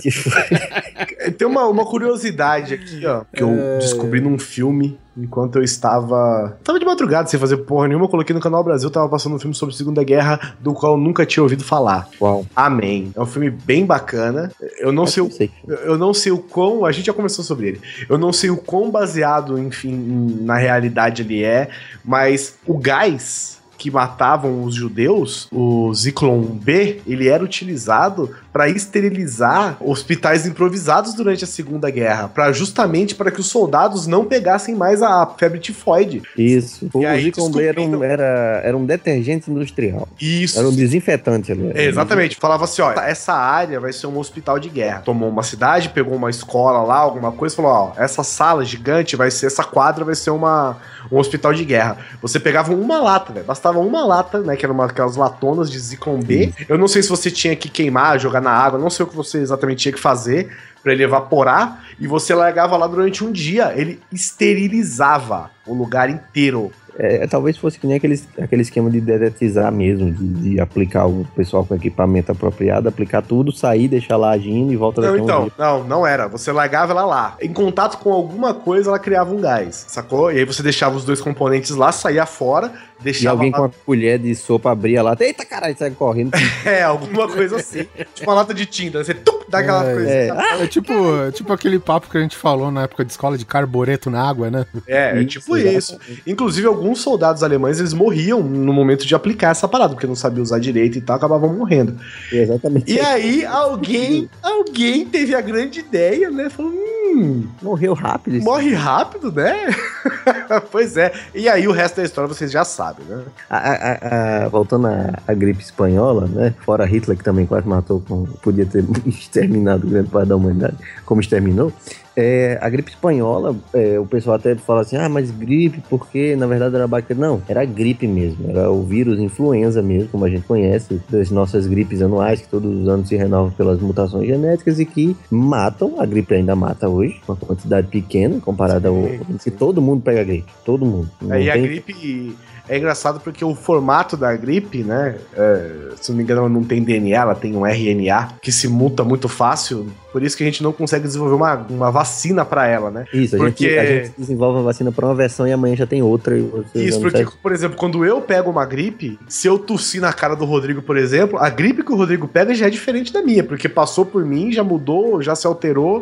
Tem uma curiosidade aqui, ó, que eu descobri num filme enquanto eu estava de madrugada sem fazer porra nenhuma. Eu coloquei no Canal Brasil, tava passando um filme sobre a Segunda Guerra, do qual eu nunca tinha ouvido falar. Uau. Amém. É um filme bem bacana. Eu não sei o quão... A gente já conversou sobre ele. Eu não sei o quão baseado, enfim, na realidade ele é, mas o gás que matavam os judeus, o Zyklon B, ele era utilizado para esterilizar hospitais improvisados durante a Segunda Guerra, justamente para que os soldados não pegassem mais a febre tifoide. Isso. O Zyklon B era um detergente industrial. Isso. Era um desinfetante ali. Exatamente. Falava assim, ó, essa área vai ser um hospital de guerra. Tomou uma cidade, pegou uma escola lá, alguma coisa, falou, ó, essa sala gigante essa quadra vai ser um hospital de guerra. Você pegava uma lata, velho. Bastava uma lata, né, que eram aquelas latonas de Zyklon B. Eu não sei se você tinha que queimar, jogar na água, não sei o que você exatamente tinha que fazer pra ele evaporar, e você largava lá durante um dia. Ele esterilizava o lugar inteiro. Talvez fosse que nem aquele esquema de dedetizar mesmo, de aplicar o pessoal com equipamento apropriado, aplicar tudo, sair, deixar lá agindo e volta daqui um dia. Não era. Você largava ela lá. Em contato com alguma coisa, ela criava um gás, sacou? E aí você deixava os dois componentes lá, saía fora, deixava... E alguém com uma colher de sopa abria lá, eita caralho, sai correndo. Alguma coisa assim. Tipo uma lata de tinta, você Dá aquela coisa. É tipo aquele papo que a gente falou na época de escola de carbureto na água, né? É tipo isso. Inclusive, alguns soldados alemães, eles morriam no momento de aplicar essa parada, porque não sabiam usar direito e tal, acabavam morrendo. Exatamente. E aí, alguém teve a grande ideia, né? Falou, morreu rápido. Isso. Morre rápido, né? Pois é. E aí, o resto da história vocês já sabem, né? Voltando à gripe espanhola, né? Fora Hitler, que também quase matou, podia ter exterminado grande parte da humanidade, como exterminou. A gripe espanhola, o pessoal até fala assim, mas gripe, porque na verdade era bactéria. Não, era gripe mesmo, era o vírus influenza mesmo, como a gente conhece, das nossas gripes anuais, que todos os anos se renovam pelas mutações genéticas e que matam, a gripe ainda mata hoje, uma quantidade pequena, comparada ao... que todo mundo pega gripe, todo mundo. A gripe... É engraçado porque o formato da gripe, né? Se não me engano, ela não tem DNA, ela tem um RNA que se muta muito fácil. Por isso que a gente não consegue desenvolver uma vacina pra ela, né? Isso, a gente desenvolve uma vacina pra uma versão e amanhã já tem outra. Isso, porque, por exemplo, quando eu pego uma gripe, se eu tossir na cara do Rodrigo, por exemplo, a gripe que o Rodrigo pega já é diferente da minha, porque passou por mim, já mudou, já se alterou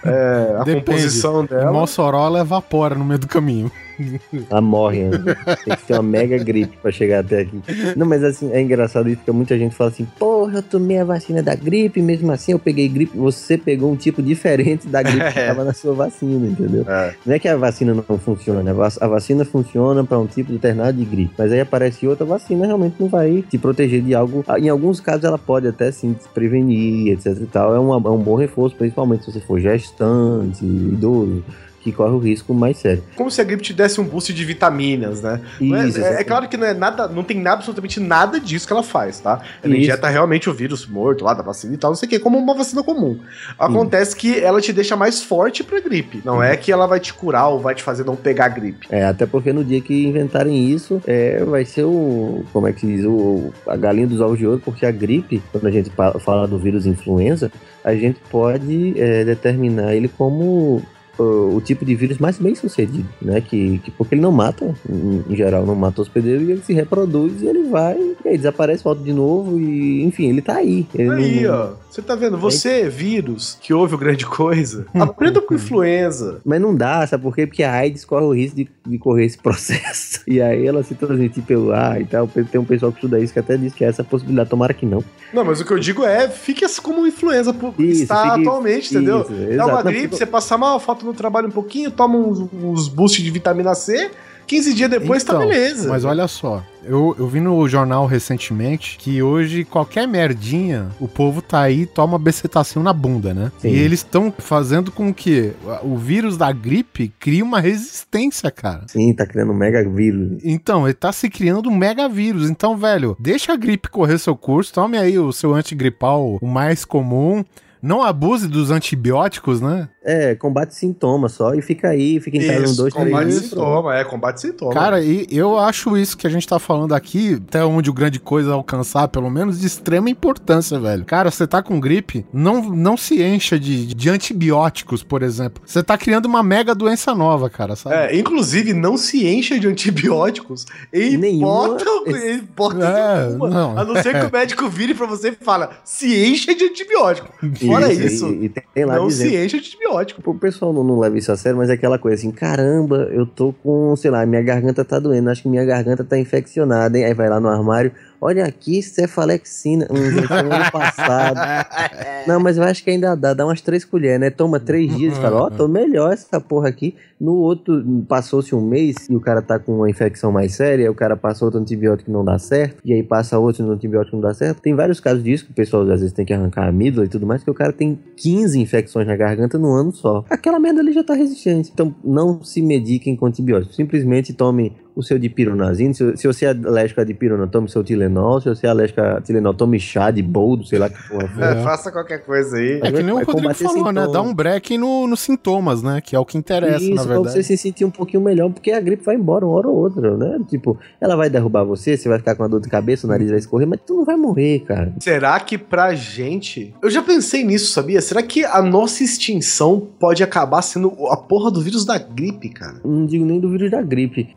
a composição dela. Em Mossoró, ela evapora no meio do caminho. Ela morre, né? Tem que ter uma mega gripe pra chegar até aqui. Não, mas assim, é engraçado isso, porque muita gente fala assim, porra, eu tomei a vacina da gripe, mesmo assim eu peguei gripe. Você pegou um tipo diferente da gripe que tava na sua vacina, entendeu? Não é que a vacina não funciona, a vacina funciona pra um tipo determinado de gripe, mas aí aparece outra vacina, realmente não vai te proteger de algo. Em alguns casos ela pode até sim te prevenir, etc e tal. É um bom reforço, principalmente se você for gestante, idoso, que corre o risco mais sério. Como se a gripe te desse um boost de vitaminas, né? Isso, é claro que não é nada, não tem absolutamente nada disso que ela faz, tá? Ela injeta realmente o vírus morto lá da vacina e tal, não sei o que, como uma vacina comum. Acontece que ela te deixa mais forte pra gripe. Não é que ela vai te curar ou vai te fazer não pegar gripe. Até porque no dia que inventarem isso, vai ser como é que se diz? A galinha dos ovos de ouro, porque a gripe, quando a gente fala do vírus influenza, a gente pode determinar ele como o tipo de vírus mais bem sucedido, né? Porque ele não mata, em geral, não mata o hospedeiro, e ele se reproduz e ele vai, e aí desaparece, volta de novo, e enfim, ele tá aí. Ó. Você tá vendo? Você, vírus, que ouve o grande coisa, aprenda com influenza. Mas não dá, sabe por quê? Porque a AIDS corre o risco de correr esse processo. E aí ela se transmitir pelo ar e tal. Tem um pessoal que estuda isso que até diz que é essa possibilidade, tomara que não. Não, mas o que eu digo fique assim como influenza está atualmente, entendeu? É uma gripe, você passa mal, falta no trabalho um pouquinho, toma uns boosts de vitamina C, 15 dias depois tá beleza. Mas olha só, eu vi no jornal recentemente que hoje qualquer merdinha, o povo tá aí, toma becetacil na bunda, né? Sim. E eles estão fazendo com que o vírus da gripe crie uma resistência, cara. Sim, tá criando um mega vírus. Então, ele tá se criando um mega vírus. Então, velho, deixa a gripe correr seu curso, tome aí o seu antigripal, o mais comum. Não abuse dos antibióticos, né? Combate sintomas só e fica em casa 1, 2, 3 dias. Combate sintoma. Cara, e eu acho isso que a gente tá falando aqui, até onde o grande coisa alcançar, pelo menos, de extrema importância, velho. Cara, você tá com gripe, não se encha de antibióticos, por exemplo. Você tá criando uma mega doença nova, cara, sabe? Inclusive, não se encha de antibióticos em hipótese nenhuma. A não ser que o médico vire pra você e fala, se encha de antibiótico. Fora isso, e tem lá não se enche de antibiótico. O pessoal não leva isso a sério, mas é aquela coisa assim, caramba, eu tô com, sei lá, minha garganta tá doendo, acho que minha garganta tá infeccionada, hein? Aí vai lá no armário, olha aqui, cefalexina, foi ano passado. Não, mas eu acho que ainda dá umas 3 colheres, né? Toma 3 dias e fala, tô melhor essa porra aqui. No outro, passou-se um mês e o cara tá com uma infecção mais séria, o cara passa outro antibiótico e não dá certo, e aí passa outro antibiótico e não dá certo. Tem vários casos disso, que o pessoal às vezes tem que arrancar a amígdala e tudo mais, que o cara tem 15 infecções na garganta no ano só. Aquela merda ali já tá resistente. Então, não se mediquem com antibióticos. Simplesmente tome o seu dipironazine. Se você é alérgico a dipirona, tome o seu Tilenol. Se você é alérgico a Tilenol, tome chá de boldo, sei lá que porra foi. Faça qualquer coisa aí. É que nem o Rodrigo falou, né? Dá um break nos sintomas, né? Que é o que interessa, na verdade. Pra você se sentir um pouquinho melhor, porque a gripe vai embora uma hora ou outra, né? Tipo, ela vai derrubar você vai ficar com uma dor de cabeça, o nariz vai escorrer, mas tu não vai morrer, cara. Será que pra gente... Eu já pensei nisso, sabia? Será que a nossa extinção pode acabar sendo a porra do vírus da gripe, cara? Não digo nem do vírus da gripe, porque, por exemplo,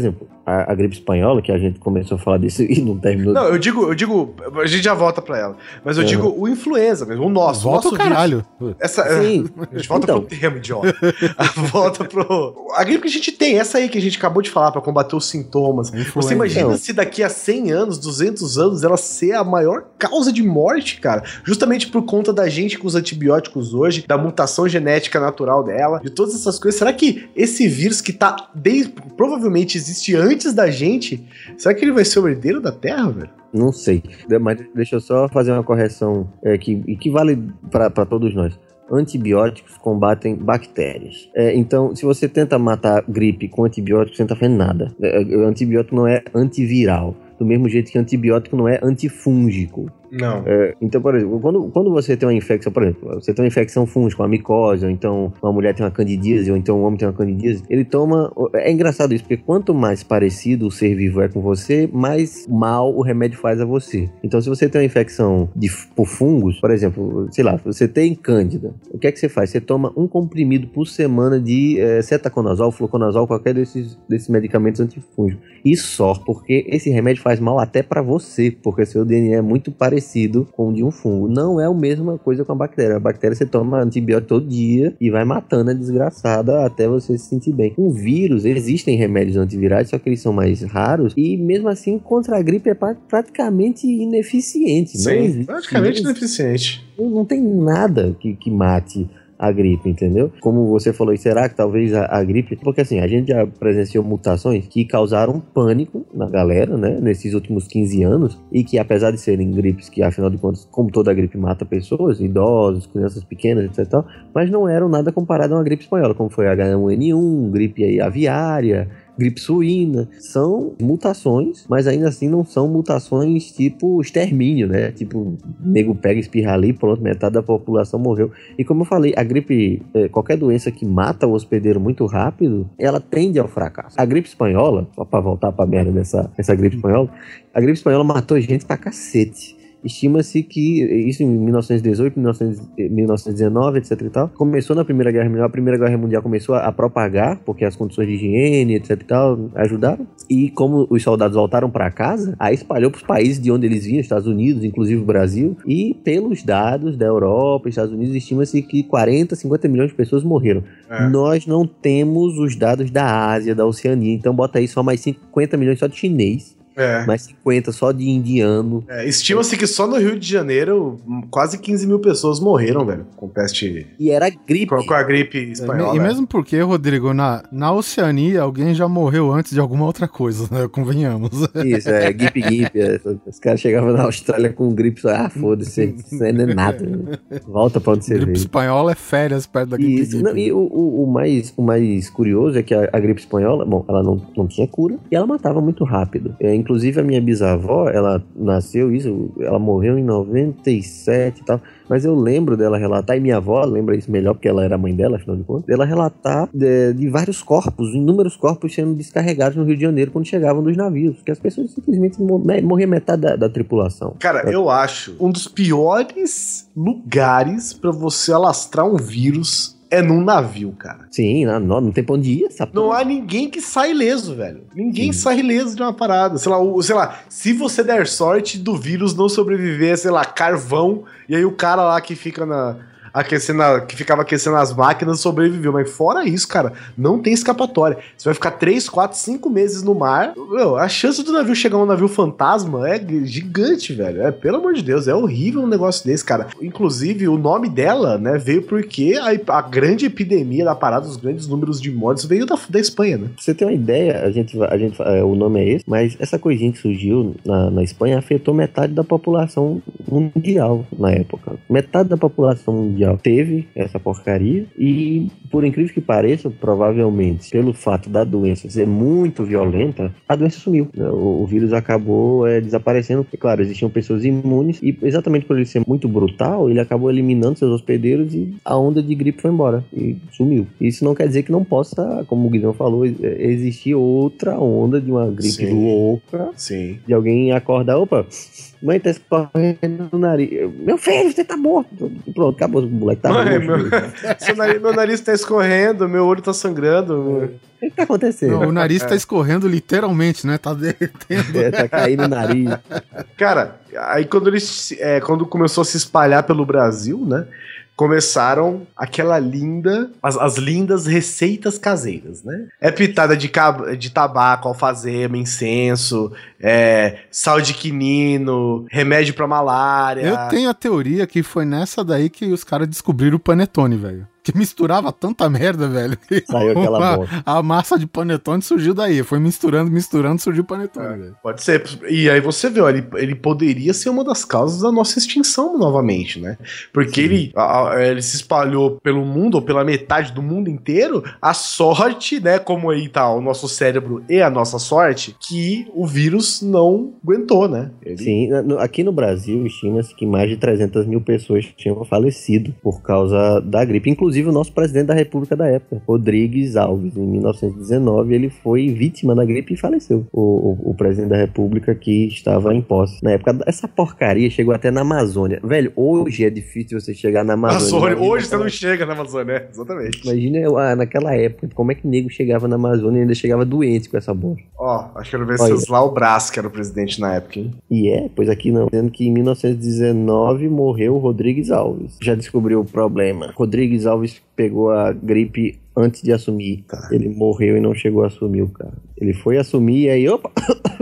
exemplo, a gripe espanhola, que a gente começou a falar disso e não terminou. Não, eu digo, a gente já volta pra ela. Mas eu digo o influenza mesmo, o nosso. Volta o caralho. Sim. A gente volta pro termo, idiota. Volta pro... A gripe que a gente tem, essa aí que a gente acabou de falar, pra combater os sintomas. Você imagina se daqui a 100 anos, 200 anos, ela ser a maior causa de morte, cara? Justamente por conta da gente com os antibióticos hoje, da mutação genética natural dela, de todas essas coisas. Será que esse vírus que tá provavelmente existe antes da gente, será que ele vai ser o herdeiro da Terra, velho? Não sei, mas deixa eu só fazer uma correção que vale para todos nós. Antibióticos combatem bactérias. Então, se você tenta matar gripe com antibiótico, você não tá fazendo nada. O antibiótico não é antiviral, do mesmo jeito que antibiótico não é antifúngico. Não. Então, por exemplo, quando você tem uma infecção, por exemplo, você tem uma infecção fúngica, uma micose, ou então uma mulher tem uma candidíase, ou então um homem tem uma candidíase, ele toma... É engraçado isso, porque quanto mais parecido o ser vivo é com você, mais mal o remédio faz a você. Então, se você tem uma infecção por fungos, por exemplo, sei lá, você tem cândida, o que é que você faz? Você toma um comprimido por semana de cetaconazol, fluconazol, qualquer desses medicamentos antifúngicos. E só, porque esse remédio faz mal até pra você, porque seu DNA é muito parecido com o de um fungo. Não é a mesma coisa com a bactéria. A bactéria você toma antibiótico todo dia e vai matando a desgraçada até você se sentir bem. Com vírus, existem remédios antivirais, só que eles são mais raros e mesmo assim contra a gripe é praticamente ineficiente. Sim, praticamente ineficiente. Não tem nada que mate a gripe, entendeu? Como você falou, será que talvez a gripe... Porque assim, a gente já presenciou mutações que causaram pânico na galera, né? Nesses últimos 15 anos, e que apesar de serem gripes que, afinal de contas, como toda gripe mata pessoas, idosos, crianças pequenas, etc., mas não eram nada comparado a uma gripe espanhola, como foi H1N1, gripe aí aviária, gripe suína. São mutações, mas ainda assim não são mutações tipo extermínio, né? Tipo, o nego pega, espirra ali, pronto, metade da população morreu. E como eu falei, a gripe, qualquer doença que mata o hospedeiro muito rápido, ela tende ao fracasso. A gripe espanhola, só pra voltar pra merda dessa gripe espanhola, a gripe espanhola matou gente pra cacete. Estima-se que isso em 1918, 1919, etc e tal, começou na Primeira Guerra Mundial. A Primeira Guerra Mundial começou a propagar, porque as condições de higiene, etc e tal, ajudaram. E como os soldados voltaram para casa, aí espalhou para os países de onde eles vinham, Estados Unidos, inclusive o Brasil. E pelos dados da Europa, Estados Unidos, estima-se que 40, 50 milhões de pessoas morreram. Nós não temos os dados da Ásia, da Oceania, então bota aí só mais 50 milhões só de chinês. Mais 50 só de indiano. Estima-se que só no Rio de Janeiro quase 15 mil pessoas morreram, velho, com peste. E era gripe. Com a gripe espanhola. E mesmo porque, Rodrigo, na Oceania alguém já morreu antes de alguma outra coisa, né? Convenhamos. Isso, gripe. Os caras chegavam na Austrália com gripe. Foda-se, isso não é nada. Né? Volta pra onde você veio. Gripe espanhola é férias perto da gripe. Isso. Não, e o mais curioso é que a gripe espanhola, bom, ela não tinha cura e ela matava muito rápido. Inclusive a minha bisavó, ela nasceu ela morreu em 97 e tal, mas eu lembro dela relatar, e minha avó lembra isso melhor porque ela era a mãe dela, afinal de contas, dela relatar de vários corpos, inúmeros corpos sendo descarregados no Rio de Janeiro quando chegavam dos navios, que as pessoas simplesmente morriam metade da tripulação. Cara, eu acho um dos piores lugares pra você alastrar um vírus é num navio, cara. Sim, não tem pra onde ir, essa Não há ninguém que sai ileso, velho. Ninguém sai ileso de uma parada. Sei lá, se você der sorte do vírus não sobreviver, sei lá, carvão, e aí o cara lá que fica que ficava aquecendo as máquinas sobreviveu, mas fora isso, cara, não tem escapatória. Você vai ficar 3, 4, 5 meses no mar, a chance do navio chegar um navio fantasma é gigante, velho. Pelo amor de Deus, é horrível um negócio desse, cara. Inclusive, o nome dela, né, veio porque a grande epidemia da parada, os grandes números de mortes veio da Espanha, né? Pra você ter uma ideia, o nome é esse, mas essa coisinha que surgiu na Espanha afetou metade da população mundial na época. Metade da população mundial teve essa porcaria e, por incrível que pareça, provavelmente pelo fato da doença ser muito violenta, a doença sumiu. O vírus acabou desaparecendo, porque, claro, existiam pessoas imunes e, exatamente por ele ser muito brutal, ele acabou eliminando seus hospedeiros e a onda de gripe foi embora e sumiu. Isso não quer dizer que não possa, como o Guilherme falou, existir outra onda de uma gripe louca. Sim. De alguém acordar, opa, mãe, tá escorrendo no nariz. Meu filho, você tá morto. Pronto, acabou, o moleque tá Mãe, morto. meu nariz tá escorrendo, meu olho tá sangrando. O que tá acontecendo? Não, o nariz tá escorrendo literalmente, né? Tá derretendo. Tá caindo o nariz. Cara, aí quando começou a se espalhar pelo Brasil, né? Começaram as lindas receitas caseiras, né? É pitada de tabaco, alfazema, incenso, sal de quinino, remédio pra malária. Eu tenho a teoria que foi nessa daí que os caras descobriram o panetone, velho. Que misturava tanta merda, velho. Saiu aquela bosta. A massa de panetone surgiu daí. Foi misturando, surgiu o panetone, velho. Pode ser. E aí você vê, ó, ele poderia ser uma das causas da nossa extinção novamente, né? Porque ele se espalhou pelo mundo, ou pela metade do mundo inteiro. A sorte, né? Como aí tá o nosso cérebro e a nossa sorte, que o vírus não aguentou, né? Sim, aqui no Brasil, estima-se que mais de 300 mil pessoas tinham falecido por causa da gripe. Inclusive, o nosso presidente da República da época, Rodrigues Alves, em 1919, ele foi vítima da gripe e faleceu. O presidente da República que estava em posse. Na época, essa porcaria chegou até na Amazônia. Velho, hoje é difícil você chegar na Amazônia. Hoje você não chega na Amazônia, exatamente. Imagina naquela época, como é que o nego chegava na Amazônia e ainda chegava doente com essa bosta. Ó, acho que era o Venceslau Braz que era o presidente na época, hein? Pois aqui não. Dizendo que em 1919 morreu Rodrigues Alves. Já descobriu o problema. Rodrigues Alves pegou a gripe antes de assumir. Tá. Ele morreu e não chegou a assumir o cara. Ele foi assumir e aí, opa!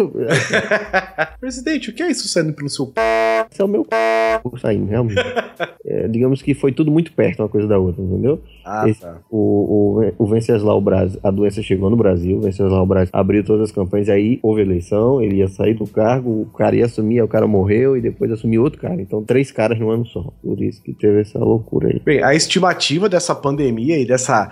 Presidente, o que é isso saindo pelo seu Esse é o meu saindo, realmente. Digamos que foi tudo muito perto uma coisa da outra, entendeu? Tá. O Venceslau Braz, a doença chegou no Brasil, o Venceslau Braz abriu todas as campanhas, aí houve eleição, ele ia sair do cargo, o cara ia assumir, aí o cara morreu e depois assumiu outro cara. Então 3 caras no ano só. Por isso que teve essa loucura aí. Bem, a estimativa dessa pandemia e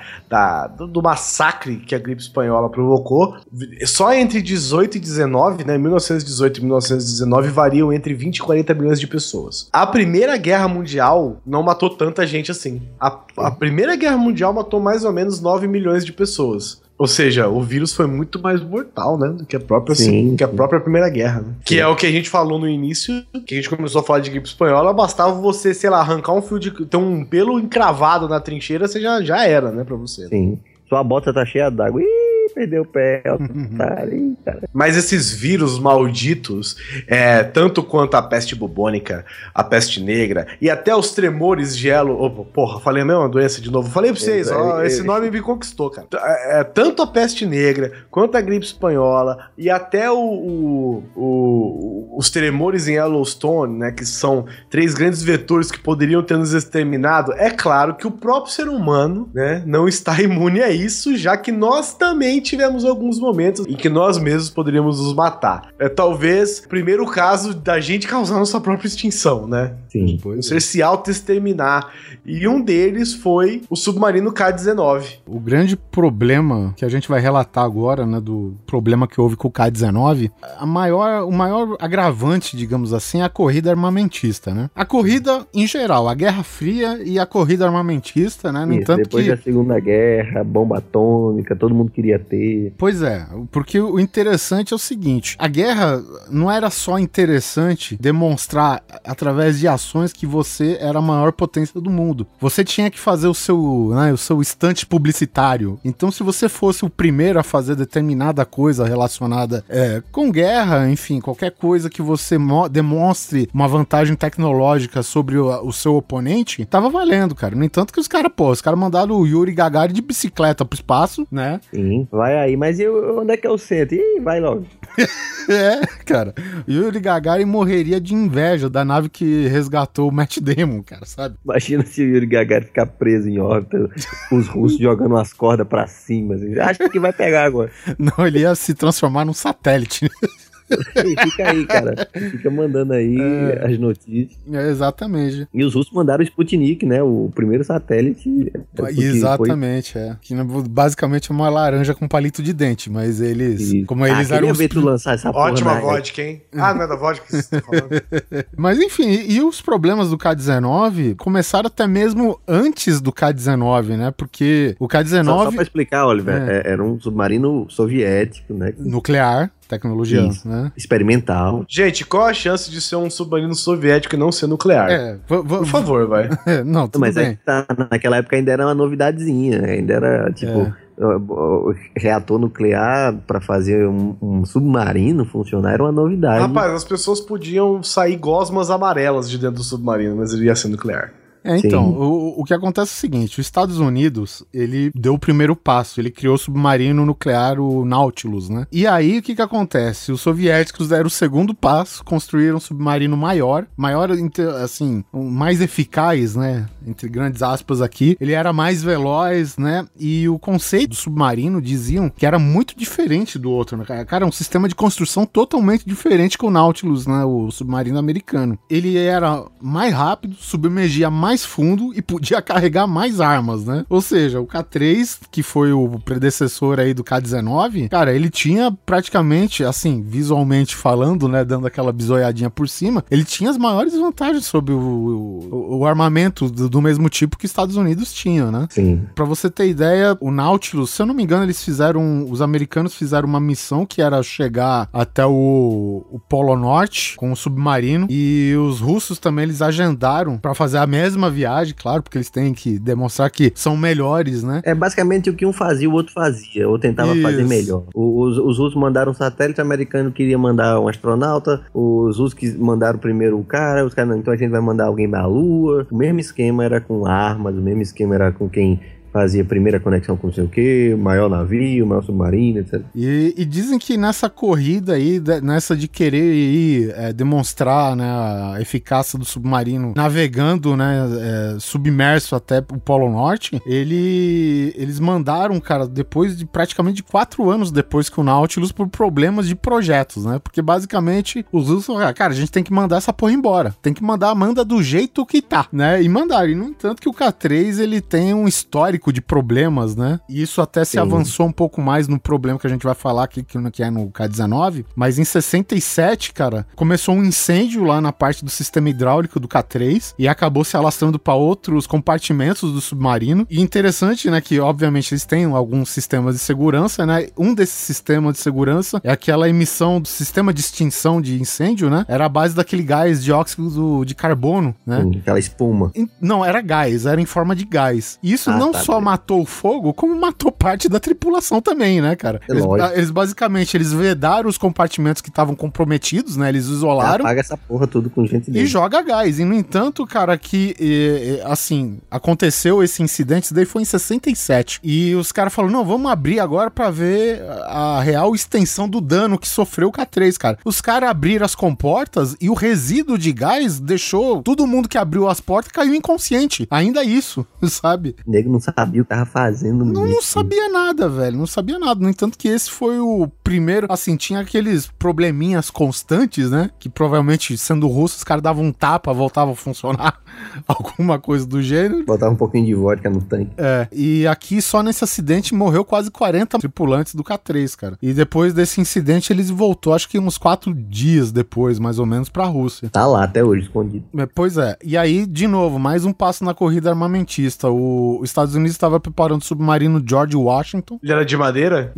do massacre que a gripe espanhola provocou, só entre 18 e 19, né, 1918 e 1919, variam entre 20 e 40 milhões de pessoas. A Primeira Guerra Mundial não matou tanta gente assim. A Primeira Guerra Mundial matou mais ou menos 9 milhões de pessoas. Ou seja, o vírus foi muito mais mortal, né, do que a própria Primeira Guerra, né? Que é o que a gente falou no início, que a gente começou a falar de gripe espanhola, bastava você, sei lá, arrancar um fio ter um pelo encravado na trincheira, você já era, né, pra você. Sim. Sua bota tá cheia d'água. Ih, perdeu o pé. Tá ali, cara. Mas esses vírus malditos, tanto quanto a peste bubônica, a peste negra e até os tremores de gelo. Oh, porra, falei a mesma doença de novo. Falei pra vocês, esse nome me conquistou, cara. Tanto a peste negra quanto a gripe espanhola e até os tremores em Yellowstone, né, que são 3 grandes vetores que poderiam ter nos exterminado. É claro que o próprio ser humano, né, não está imune a isso, já que nós também tivemos alguns momentos em que nós mesmos poderíamos nos matar. Talvez o primeiro caso da gente causar nossa própria extinção, né? Sim. Ser se auto-exterminar. E um deles foi o submarino K-19. O grande problema que a gente vai relatar agora, né, do problema que houve com o K-19, o maior agravante, digamos assim, é a corrida armamentista, né? A corrida, em geral, a Guerra Fria e a corrida armamentista, né? No entanto, depois da Segunda Guerra, bomba atômica, todo mundo queria ter. Pois é, porque o interessante é o seguinte, a guerra não era só interessante demonstrar através de ações que você era a maior potência do mundo. Você tinha que fazer o seu estante publicitário. Então, se você fosse o primeiro a fazer determinada coisa relacionada com guerra, enfim, qualquer coisa que você demonstre uma vantagem tecnológica sobre o seu oponente, tava valendo, cara. No entanto que os caras mandaram o Yuri Gagarin de bicicleta pro espaço, né? Sim, vai aí, mas onde é que eu sento? Ih, vai logo. Cara, Yuri Gagarin morreria de inveja da nave que resgatou o Matt Damon, cara, sabe? Imagina se o Yuri Gagarin ficar preso em órbita, os russos jogando umas cordas pra cima, assim. Acho que vai pegar agora. Não, ele ia se transformar num satélite. Fica aí, cara. Fica mandando aí as notícias. Exatamente. E os russos mandaram o Sputnik, né? O primeiro satélite. Exatamente, Que basicamente é uma laranja com palito de dente, mas eles... Como eles eram ver tu lançar essa porra. Ótima vodka, hein? Não é da vodka que você tá falando. Mas enfim, e os problemas do K-19 começaram até mesmo antes do K-19, né? Porque o K-19... Só pra explicar, Oliver, era um submarino soviético, né? Nuclear. Tecnologia, Isso. né? Experimental. Gente, qual a chance de ser um submarino soviético e não ser nuclear? Por favor, vai. Não, tudo Mas bem. naquela época ainda era uma novidadezinha, ainda era tipo o reator nuclear para fazer um submarino funcionar era uma novidade. Rapaz, as pessoas podiam sair gosmas amarelas de dentro do submarino, mas ele ia ser nuclear. Então, o que acontece é o seguinte, os Estados Unidos, ele deu o primeiro passo, ele criou o submarino nuclear, o Nautilus, né? E aí, o que acontece? Os soviéticos deram o segundo passo, construíram um submarino maior, assim, mais eficaz, né? Entre grandes aspas aqui. Ele era mais veloz, né? E o conceito do submarino diziam que era muito diferente do outro, né? Cara, é um sistema de construção totalmente diferente que o Nautilus, né? O submarino americano. Ele era mais rápido, submergia mais fundo e podia carregar mais armas, né? Ou seja, o K3, que foi o predecessor aí do K-19, cara, ele tinha praticamente, assim, visualmente falando, né, dando aquela bisoiadinha por cima, ele tinha as maiores vantagens sobre o armamento do mesmo tipo que os Estados Unidos tinham, né? Sim. Pra você ter ideia, o Nautilus, se eu não me engano, os americanos fizeram uma missão que era chegar até o Polo Norte com o submarino, e os russos também, eles agendaram pra fazer a mesma viagem, claro, porque eles têm que demonstrar que são melhores, né? É basicamente o que um fazia, o outro fazia, ou tentava fazer melhor. Os russos mandaram um satélite, o americano queria mandar um astronauta, os russos que mandaram primeiro o cara, os caras, não, então a gente vai mandar alguém pra Lua. O mesmo esquema era com armas, o mesmo esquema era com quem fazia a primeira conexão com não sei o que, maior navio, maior submarino, etc. E dizem que nessa corrida aí, nessa de querer ir demonstrar, né, a eficácia do submarino navegando, né, submerso até o Polo Norte, eles mandaram, cara, depois de praticamente 4 anos depois que o Nautilus, por problemas de projetos, né, porque basicamente os russos falaram, cara, a gente tem que mandar essa porra embora, manda do jeito que tá, né, e mandaram. E no entanto que o K3, ele tem um histórico de problemas, né? E isso até se avançou um pouco mais no problema que a gente vai falar aqui, que é no K-19, mas em 67, cara, começou um incêndio lá na parte do sistema hidráulico do K3 e acabou se alastrando para outros compartimentos do submarino. E interessante, né, que obviamente eles têm alguns sistemas de segurança, né? Um desses sistemas de segurança é aquela emissão do sistema de extinção de incêndio, né? Era a base daquele gás dióxido de carbono, né? Aquela espuma. Não, era gás, era em forma de gás. E isso só matou o fogo, como matou parte da tripulação também, né, cara? Eles basicamente, eles vedaram os compartimentos que estavam comprometidos, né? Eles isolaram. Apaga essa porra tudo com gente dentro. E joga gás. E, no entanto, cara, que, assim, aconteceu esse incidente, isso daí foi em 67. E os caras falaram, não, vamos abrir agora pra ver a real extensão do dano que sofreu o K3, cara. Os caras abriram as comportas e o resíduo de gás deixou todo mundo que abriu as portas caiu inconsciente. Ainda isso, sabe? O nego não sabia o que tava fazendo. Não sabia nada, velho. Não sabia nada. No entanto que esse foi o primeiro, assim, tinha aqueles probleminhas constantes, né? Que provavelmente, sendo russo, os caras davam um tapa, voltava a funcionar. Alguma coisa do gênero. Botava um pouquinho de vodka no tanque. E aqui, só nesse acidente, morreu quase 40 tripulantes do K3, cara. E depois desse incidente, eles voltou, acho que uns 4 dias depois, mais ou menos, pra Rússia. Tá lá até hoje, escondido. Pois é. E aí, de novo, mais um passo na corrida armamentista. Os Estados Unidos estava preparando o submarino George Washington. Ele era de madeira?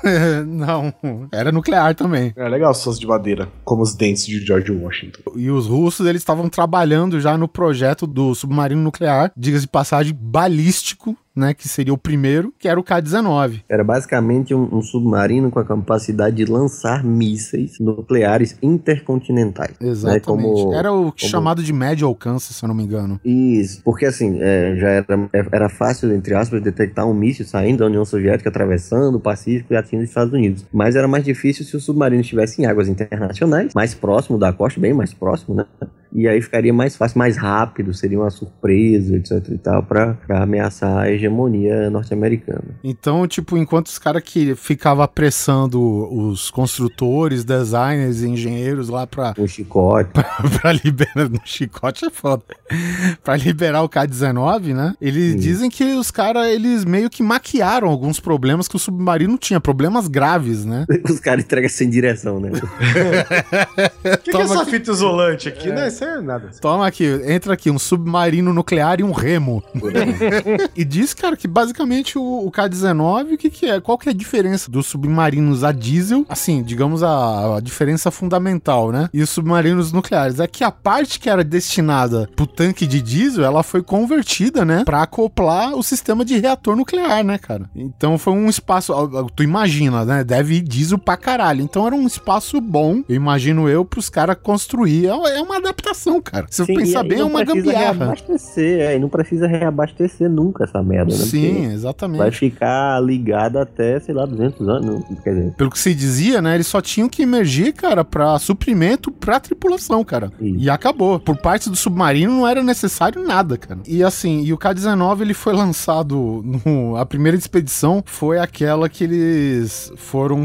Não, era nuclear também. É legal se fosse de madeira, como os dentes de George Washington. E os russos, eles estavam trabalhando já no projeto do submarino nuclear, diga-se de passagem, balístico, né, que seria o primeiro, que era o K-19. Era basicamente um submarino com a capacidade de lançar mísseis nucleares intercontinentais. Exatamente. Né, era o chamado de médio alcance, se eu não me engano. Isso, porque assim, já era fácil, entre aspas, detectar um míssil saindo da União Soviética, atravessando o Pacífico e atingindo os Estados Unidos. Mas era mais difícil se o submarino estivesse em águas internacionais, mais próximo da costa, bem mais próximo, né? E aí ficaria mais fácil, mais rápido, seria uma surpresa, etc e tal, pra ameaçar a hegemonia norte-americana. Então, tipo, enquanto os caras que ficavam apressando os construtores, designers e engenheiros lá pra... Um chicote. pra liberar... No chicote é foda. Pra liberar o K-19, né? Eles dizem que os caras, eles meio que maquiaram alguns problemas que o submarino tinha, problemas graves, né? Os caras entregam sem direção, né? O que é essa fita isolante aqui, né? Isso ser nada. Toma aqui, entra aqui, um submarino nuclear e um remo. E diz, cara, que basicamente o K-19, o que é? Qual que é a diferença dos submarinos a diesel? Assim, digamos a diferença fundamental, né? E os submarinos nucleares. É que a parte que era destinada pro tanque de diesel, ela foi convertida, né? Pra acoplar o sistema de reator nuclear, né, cara? Então foi um espaço, tu imagina, né? Deve ir diesel pra caralho. Então era um espaço bom, eu imagino pros caras construir. É uma adaptação, cara. Se você pensar bem, é uma gambiarra. E não precisa reabastecer nunca essa merda, né? Sim, porque exatamente. vai ficar ligado até, sei lá, 200 anos. Quer dizer. Pelo que se dizia, né? Eles só tinham que emergir, cara, pra suprimento pra tripulação, cara. Isso. E acabou. Por parte do submarino não era necessário nada, cara. E assim, e o K-19 ele foi lançado a primeira expedição foi aquela que eles foram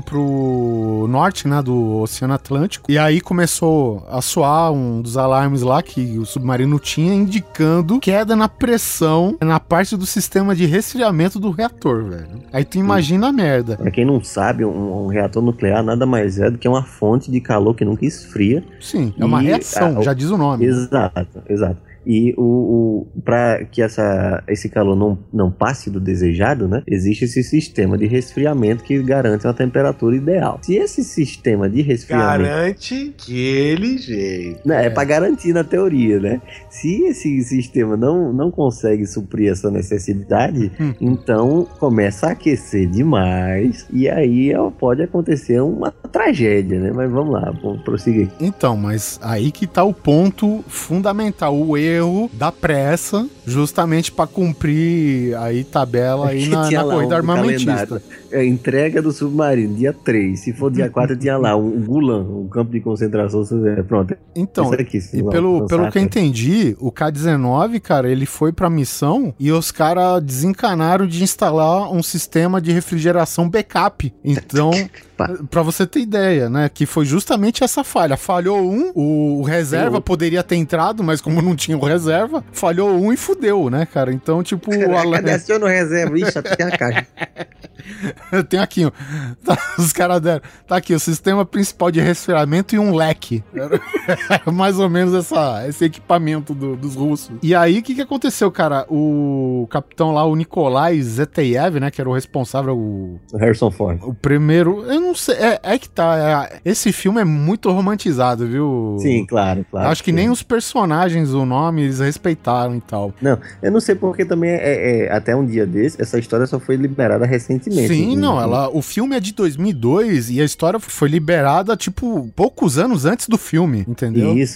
pro norte, né, do Oceano Atlântico. E aí começou a soar um dos alarmes lá que o submarino tinha, indicando queda na pressão na parte do sistema de resfriamento do reator, velho. Aí tu imagina a merda. Pra quem não sabe, um reator nuclear nada mais é do que uma fonte de calor que nunca esfria. Sim, é uma reação, já diz o nome. Exato. E para que esse calor não passe do desejado, né? Existe esse sistema de resfriamento que garante uma temperatura ideal. Se esse sistema de resfriamento... Garante aquele jeito. É para garantir na teoria, né? Se esse sistema não consegue suprir essa necessidade, então começa a aquecer demais e aí pode acontecer uma tragédia, né? Mas vamos lá, vamos prosseguir. Então, mas aí que tá o ponto fundamental, o erro da pressa, justamente para cumprir aí tabela aí na corrida armamentista. Entrega do submarino, dia 3. Se for dia 4, tinha lá um Gulam, um campo de concentração. Pronto. Então, pelo que eu entendi, o K-19, cara, ele foi pra missão e os caras desencanaram de instalar um sistema de refrigeração backup. Então, pra você ter ideia, né, que foi justamente essa falha. Falhou o reserva poderia ter entrado, mas como não tinha o reserva, falhou um e fudeu, né, cara? Então, tipo... Adiciona o reserva, ixi, até tem a caixa. Tem aqui, ó. Os caras deram. Tá aqui, o sistema principal de resfriamento e um leque. Era mais ou menos esse equipamento dos russos. E aí, o que aconteceu, cara? O capitão lá, o Nikolai Zeteyev, né? Que era o responsável. O Harrison Ford. O primeiro. Eu não sei. É que tá. Esse filme é muito romantizado, viu? Sim, claro. Acho que nem os personagens, o nome, eles respeitaram e tal. Não, eu não sei porque também até um dia desse, essa história só foi liberada recentemente. Sim, não, o filme é de 2002 e a história foi liberada, tipo, poucos anos antes do filme, entendeu? Isso,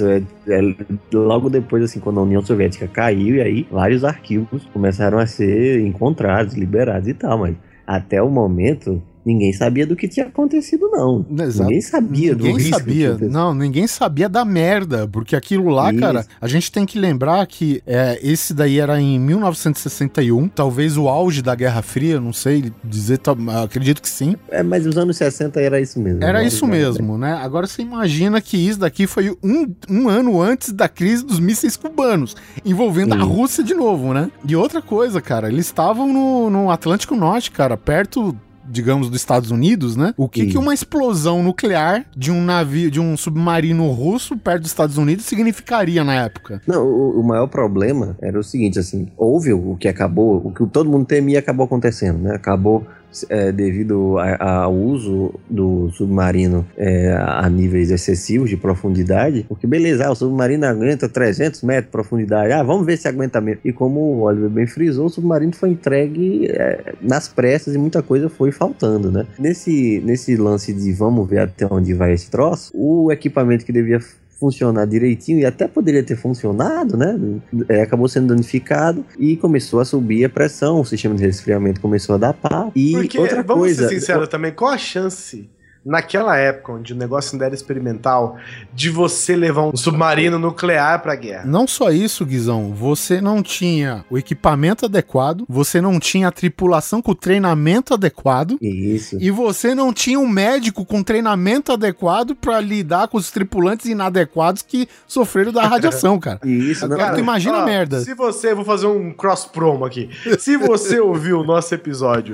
logo depois, assim, quando a União Soviética caiu, e aí vários arquivos começaram a ser encontrados, liberados e tal, mas até o momento... Ninguém sabia do que tinha acontecido, não. Exato. Ninguém sabia do risco. Ninguém sabia da merda, porque aquilo lá, cara, a gente tem que lembrar que esse daí era em 1961, talvez o auge da Guerra Fria, não sei dizer, acredito que sim. Mas os anos 60 era isso mesmo. Era isso mesmo, né? Agora você imagina que isso daqui foi um ano antes da crise dos mísseis cubanos, envolvendo a Rússia de novo, né? E outra coisa, cara, eles estavam no Atlântico Norte, cara, perto... digamos, dos Estados Unidos, né? O que uma explosão nuclear de um navio, de um submarino russo perto dos Estados Unidos significaria na época? Não, o maior problema era o seguinte, assim, houve o que todo mundo temia acabou acontecendo, né? Acabou devido ao uso do submarino a níveis excessivos de profundidade, porque beleza, o submarino aguenta 300 metros de profundidade, vamos ver se aguenta mesmo. E como o Oliver bem frisou, o submarino foi entregue nas pressas e muita coisa foi faltando, né? Nesse lance de vamos ver até onde vai esse troço, o equipamento que devia funcionar direitinho, e até poderia ter funcionado, né? Acabou sendo danificado e começou a subir a pressão, o sistema de resfriamento começou a dar pá. E porque, outra vamos coisa, ser sinceros também, qual a chance, naquela época, onde o negócio ainda era experimental, de você levar um submarino nuclear pra guerra? Não só isso, Guizão, você não tinha o equipamento adequado, você não tinha a tripulação com o treinamento adequado, e você não tinha um médico com treinamento adequado pra lidar com os tripulantes inadequados que sofreram da radiação, cara. Agora tu imagina a merda. Vou fazer um cross-promo aqui. Se você ouviu o nosso episódio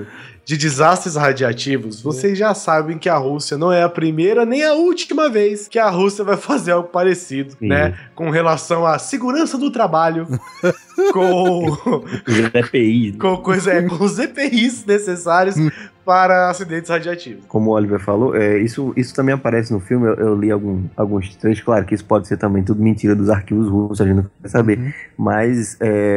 de desastres radiativos, vocês já sabem que a Rússia não é a primeira nem a última vez que a Rússia vai fazer algo parecido, né? Com relação à segurança do trabalho, com os EPIs. Com os EPIs necessários para acidentes radiativos. Como o Oliver falou, isso também aparece no filme. Eu li alguns trechos. Claro que isso pode ser também tudo mentira dos arquivos russos, a gente não quer saber. Mas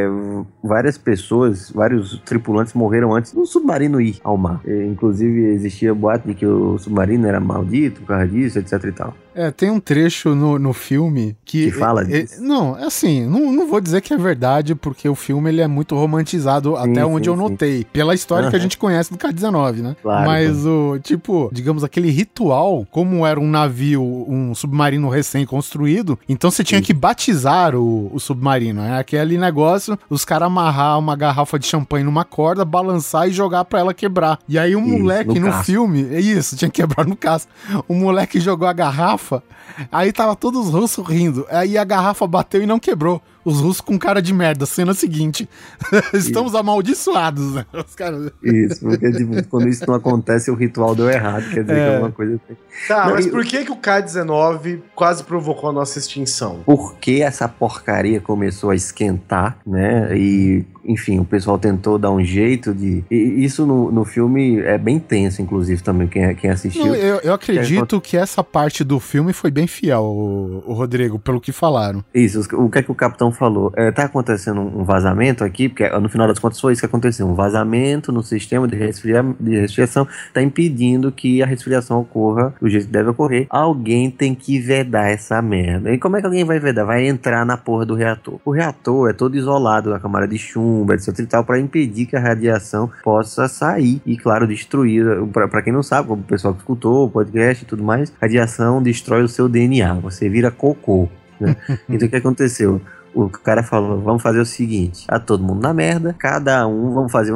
várias pessoas, vários tripulantes morreram antes do submarino ir ao mar. Inclusive existia boato de que o submarino era maldito por causa disso, etc e tal. Tem um trecho no filme que fala disso. Não, assim, não vou dizer que é verdade, porque o filme ele é muito romantizado, até onde eu notei, pela história que a gente conhece do K-19, né? Claro, mas digamos, aquele ritual, como era um navio, um submarino recém-construído, então você tinha que batizar o submarino, né? Aquele negócio, os caras amarrar uma garrafa de champanhe numa corda, balançar e jogar pra ela quebrar. E aí o moleque no filme, tinha que quebrar no casco. O moleque jogou a garrafa, aí tava todos os russos rindo, aí a garrafa bateu e não quebrou. Os russos com cara de merda, cena seguinte. Estamos amaldiçoados, né? Os caras... Isso, porque quando isso não acontece, o ritual deu errado, quer dizer que é uma coisa assim. Tá, mas por que o K-19 quase provocou a nossa extinção? Porque essa porcaria começou a esquentar, né? E, enfim, o pessoal tentou dar um jeito de... E isso no filme é bem tenso, inclusive, também, quem assistiu. Não, eu acredito que essa parte do filme foi bem fiel, o Rodrigo, pelo que falaram. Isso, o que é que o capitão falou? Tá acontecendo um vazamento aqui, porque no final das contas foi isso que aconteceu. Um vazamento no sistema de resfriação tá impedindo que a resfriação ocorra do jeito que deve ocorrer. Alguém tem que vedar essa merda. E como é que alguém vai vedar? Vai entrar na porra do reator. O reator é todo isolado da camada de chumbo, etc e tal, para impedir que a radiação possa sair e, claro, destruir. Para quem não sabe, como o pessoal que escutou o podcast e tudo mais, radiação destrói o seu DNA. Você vira cocô, né? Então o que aconteceu? O cara falou, vamos fazer o seguinte, tá todo mundo na merda, cada um, vamos fazer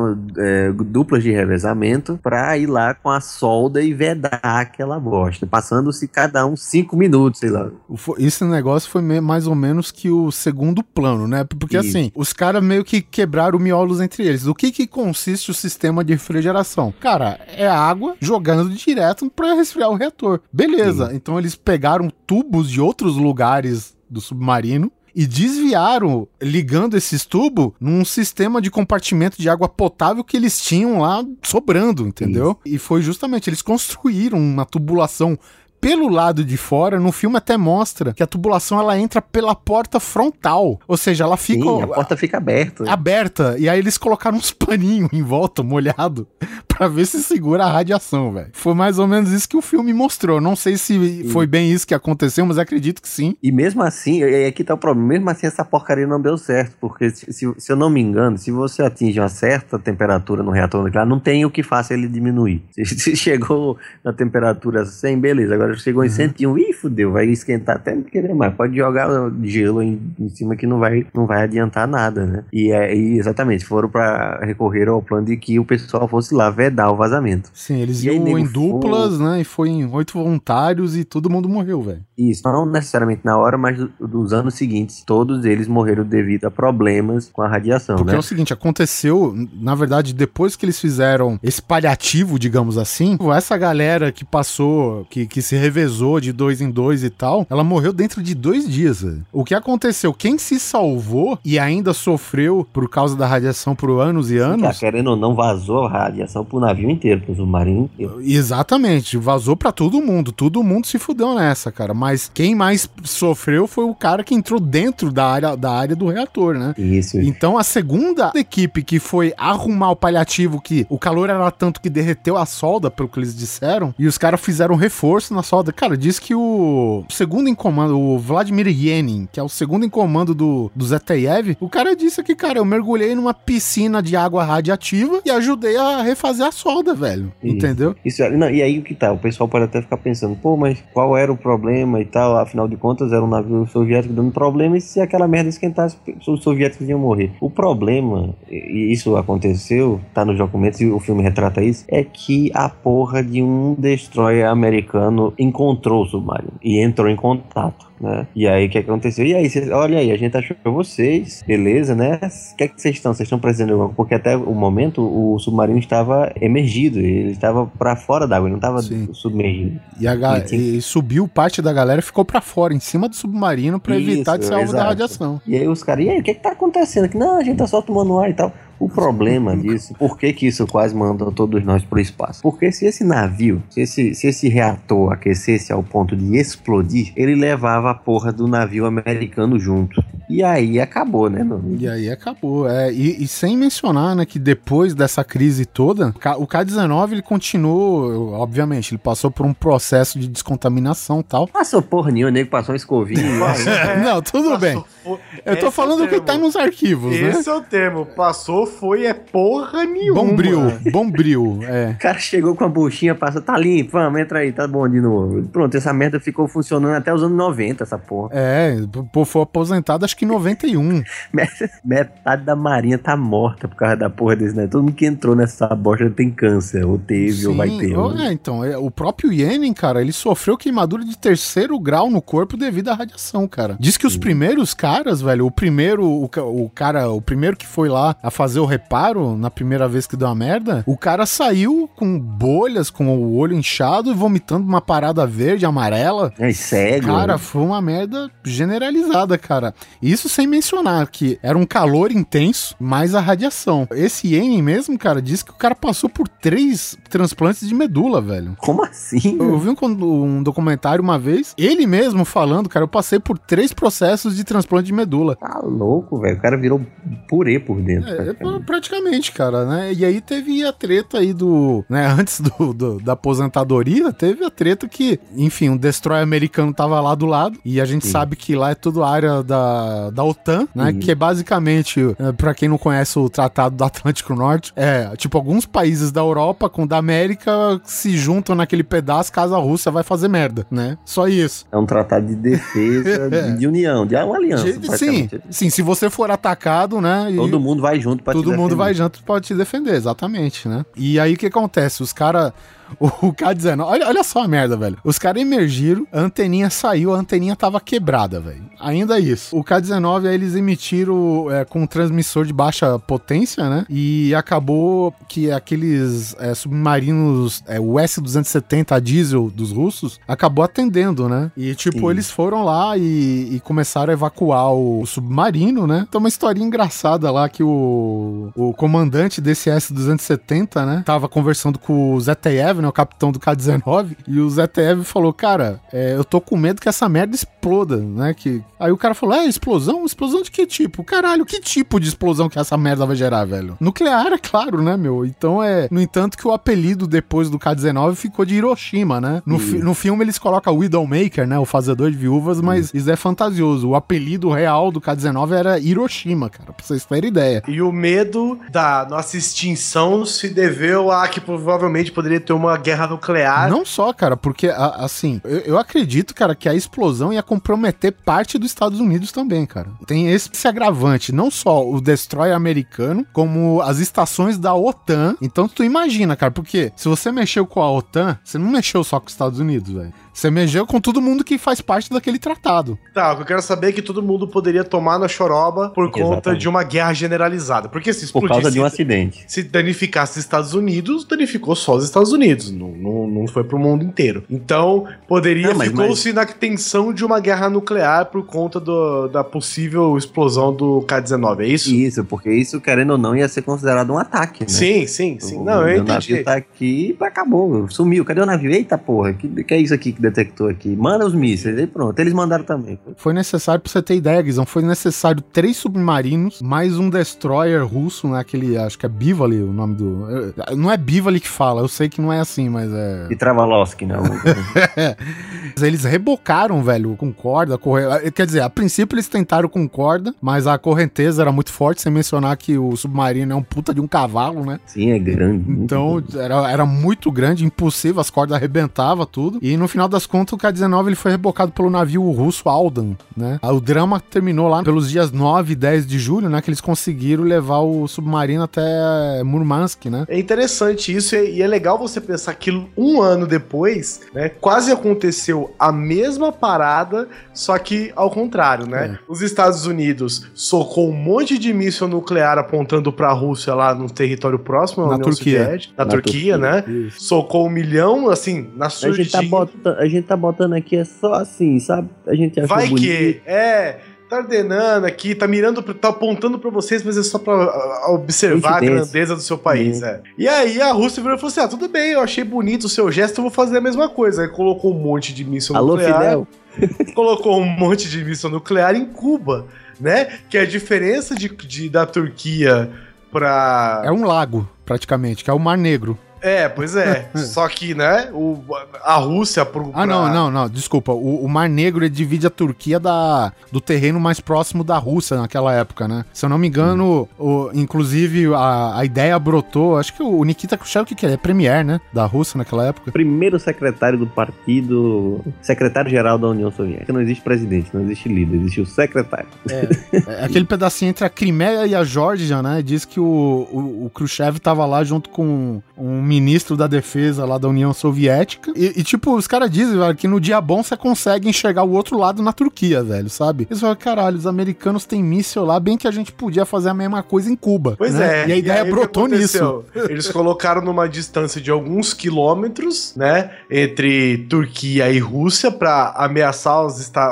duplas de revezamento pra ir lá com a solda e vedar aquela bosta, passando-se cada um 5 minutos, sei lá. Esse negócio foi mais ou menos que o segundo plano, né? Porque assim, os caras meio que quebraram miolos entre eles. Do que consiste o sistema de refrigeração? Cara, é água jogando direto pra resfriar o reator. Beleza, então eles pegaram tubos de outros lugares do submarino e desviaram, ligando esses tubos num sistema de compartimento de água potável que eles tinham lá sobrando, entendeu? E foi justamente, eles construíram uma tubulação pelo lado de fora. No filme até mostra que a tubulação ela entra pela porta frontal, ou seja, ela fica... Sim, a porta fica aberta. E aí eles colocaram uns paninhos em volta, molhado, pra ver se segura a radiação, velho. Foi mais ou menos isso que o filme mostrou. Não sei se foi bem isso que aconteceu, mas acredito que sim. E mesmo assim, aqui tá o problema, mesmo assim essa porcaria não deu certo, porque se eu não me engano, se você atinge uma certa temperatura no reator nuclear, não tem o que faça ele diminuir. Se chegou na temperatura 100, beleza, agora chegou em 101, fudeu, vai esquentar até não querer mais, pode jogar gelo em cima que não vai adiantar nada, né? E exatamente, recorreram ao plano de que o pessoal fosse lá vedar o vazamento. Sim, eles iam em duplas, né? E foi em 8 voluntários e todo mundo morreu, velho. Isso, não necessariamente na hora, mas dos anos seguintes, todos eles morreram devido a problemas com a radiação, porque né? É o seguinte, aconteceu, na verdade, depois que eles fizeram esse paliativo, digamos assim, essa galera que passou, que se revezou de 2 em 2 e tal, ela morreu dentro de 2 dias, velho. O que aconteceu? Quem se salvou e ainda sofreu por causa da radiação por anos e anos... querendo ou não, vazou a radiação pro navio inteiro, pro submarino inteiro. Exatamente, vazou pra todo mundo se fudeu nessa, cara, mas quem mais sofreu foi o cara que entrou dentro da área do reator, né? Isso. Então a segunda equipe que foi arrumar o paliativo, que o calor era tanto que derreteu a solda, pelo que eles disseram, e os caras fizeram reforço na solda. Cara, diz que o segundo em comando, o Vladimir Yenin, que é o segundo em comando do Zetayev, o cara disse que, cara, eu mergulhei numa piscina de água radiativa e ajudei a refazer a solda, velho. Isso. Entendeu? Isso, não, e aí o que tá? O pessoal pode até ficar pensando, pô, mas qual era o problema e tal? Afinal de contas, era um navio soviético dando problema, e se aquela merda esquentasse, os soviéticos iam morrer. O problema, e isso aconteceu, tá nos documentos e o filme retrata isso, é que a porra de um destroyer americano encontrou o submarino e entrou em contato, né? E aí, o que aconteceu? E aí, olha aí, a gente achou vocês, beleza, né? O que é que vocês estão? Vocês estão precisando de alguma coisa? Porque até o momento, o submarino estava emergido, ele estava pra fora d'água, ele não estava submergido. E subiu, parte da galera ficou pra fora, em cima do submarino, pra evitar de ser alvo da radiação. E aí os caras, e aí, o que tá acontecendo aqui? Não, a gente tá só tomando ar e tal. O problema disso, por que isso quase mandou todos nós pro espaço? Porque se esse navio, se esse reator aquecesse ao ponto de explodir, ele levava a porra do navio americano junto. E aí acabou, né, meu amigo? E aí acabou, e sem mencionar, né, que depois dessa crise toda, o K-19, ele continuou, obviamente, ele passou por um processo de descontaminação e tal. Passou porra nenhuma, o nego passou um escovinho. Não, tudo bem. Eu tô falando o que tá nos arquivos, né? Esse é o termo, passou, porra nenhuma. Bombril, O cara chegou com a buchinha, passou, tá limpo, vamos, entra aí, tá bom de novo. Pronto, essa merda ficou funcionando até os anos 90, essa porra. Foi aposentado acho que em 91. Metade da marinha tá morta por causa da porra desse, né? Todo mundo que entrou nessa bosta tem câncer, ou teve, ou vai ter. Então, o próprio Yenin, cara, ele sofreu queimadura de 3º grau no corpo devido à radiação, cara. Diz que os primeiros caras, velho, o primeiro que foi lá a fazer o reparo, na primeira vez que deu uma merda, o cara saiu com bolhas, com o olho inchado e vomitando uma parada verde, amarela. Sério? Cara, foi uma merda generalizada, cara. Isso sem mencionar que era um calor intenso, mais a radiação. Esse Yenin mesmo, cara, disse que o cara passou por 3 transplantes de medula, velho. Como assim? Eu vi um documentário uma vez, ele mesmo falando, cara, eu passei por 3 processos de transplante de medula. Tá louco, velho. O cara virou purê por dentro. Praticamente, cara, né? E aí teve a treta aí né, antes da aposentadoria, teve a treta que, enfim, um destroyer americano tava lá do lado, e a gente sabe que lá é tudo área da OTAN, né? Que é basicamente, pra quem não conhece o Tratado do Atlântico Norte, tipo, alguns países da Europa com da América se juntam naquele pedaço caso a Rússia vai fazer merda, né? Só isso. É um tratado de defesa, de união, de uma aliança. Sim, se você for atacado, né? Todo mundo vai junto pra te defender. Todo mundo vai junto pra te defender, exatamente, né? E aí o que acontece? Os caras... O K-19, olha só a merda, velho. Os caras emergiram, a anteninha saiu, a anteninha tava quebrada, velho. Ainda isso. O K-19, aí eles emitiram com um transmissor de baixa potência, né? E acabou que aqueles submarinos, o S-270 a diesel dos russos, acabou atendendo, né? E tipo, eles foram lá e começaram a evacuar o submarino, né? Então uma historinha engraçada lá que o comandante desse S-270, né? Tava conversando com o ZTEV, né, o capitão do K-19, e o ZTEV falou, cara, eu tô com medo que essa merda exploda, né, aí o cara falou, explosão? Explosão de que tipo? Caralho, que tipo de explosão que essa merda vai gerar, velho? Nuclear, é claro, né, meu? Então no entanto que o apelido depois do K-19 ficou de Hiroshima, né? No filme eles colocam Widowmaker, né, o fazedor de viúvas, mas isso é fantasioso. O apelido real do K-19 era Hiroshima, cara, pra vocês terem ideia. E o medo da nossa extinção se deveu a que provavelmente poderia ter uma guerra nuclear. Não só, cara, porque, assim, eu acredito, cara, que a explosão ia comprometer parte dos Estados Unidos também, cara. Tem esse agravante, não só o destroyer americano, como as estações da OTAN. Então, tu imagina, cara, porque se você mexeu com a OTAN, você não mexeu só com os Estados Unidos, velho. Você mexeu com todo mundo que faz parte daquele tratado. Tá, o que eu quero saber é que todo mundo poderia tomar na choroba por conta de uma guerra generalizada. Porque se explodisse... Por causa de um acidente. Se danificasse os Estados Unidos, danificou só os Estados Unidos. Não foi pro mundo inteiro. Então, ficou-se na tensão de uma guerra nuclear por conta da possível explosão do K-19, é isso? Isso, porque isso, querendo ou não, ia ser considerado um ataque, né? Sim. Não, eu entendi. O navio tá aqui e acabou. Sumiu. Cadê o navio? Eita porra, que é isso aqui que detectou aqui? Manda os mísseis. Aí pronto, eles mandaram também. Foi necessário, pra você ter ideia, Guizão, foi necessário 3 submarinos, mais um destroyer russo, né? Aquele, acho que é Bivali o nome do... Não é Bivali que fala, eu sei que não é assim, mas é... E Travalovsky, né? Eles rebocaram, velho, com corda, quer dizer, a princípio eles tentaram com corda, mas a correnteza era muito forte, sem mencionar que o submarino é um puta de um cavalo, né? Sim, é grande. Então, era muito grande, impossível, as cordas arrebentavam tudo, e no final das contas o K-19 ele foi rebocado pelo navio russo Aldan, né? O drama terminou lá pelos dias 9 e 10 de julho, né, que eles conseguiram levar o submarino até Murmansk, né? É interessante isso, e é legal você pensar que um ano depois, né, quase aconteceu a mesma parada, só que ao contrário, né? Os Estados Unidos socou um monte de míssil nuclear apontando pra Rússia lá no território próximo, na Turquia. Na Turquia, né? Isso. Socou 1 milhão, assim, na surdina. A gente tá botando aqui é só assim, sabe? A gente achou Vai bonito. que, tá ordenando aqui, tá mirando, tá apontando pra vocês, mas é só pra observar a grandeza do seu país, E aí a Rússia virou e falou assim, tudo bem, eu achei bonito o seu gesto, eu vou fazer a mesma coisa. Aí colocou um monte de míssil nuclear. Fidel. Colocou um monte de míssil nuclear em Cuba, né? Que é a diferença da Turquia pra... É um lago, praticamente, que é o Mar Negro. Pois é. Só que, né, a Rússia... Não, desculpa. O Mar Negro, ele divide a Turquia do terreno mais próximo da Rússia naquela época, né? Se eu não me engano, inclusive a ideia brotou, acho que o Nikita Khrushchev, o que é? É premier, né? Da Rússia naquela época. Primeiro secretário do partido, secretário-geral da União Soviética. Não existe presidente, não existe líder, existe o secretário. Aquele pedacinho entre a Crimeia e a Geórgia, né? Diz que o Khrushchev tava lá junto com um ministro da defesa lá da União Soviética. E tipo, os caras dizem, velho, que no dia bom você consegue enxergar o outro lado na Turquia, velho, sabe? Eles falam, caralho, os americanos têm míssil lá, bem que a gente podia fazer a mesma coisa em Cuba. Pois né? E a ideia brotou nisso. Eles colocaram numa distância de alguns quilômetros, né, entre Turquia e Rússia pra ameaçar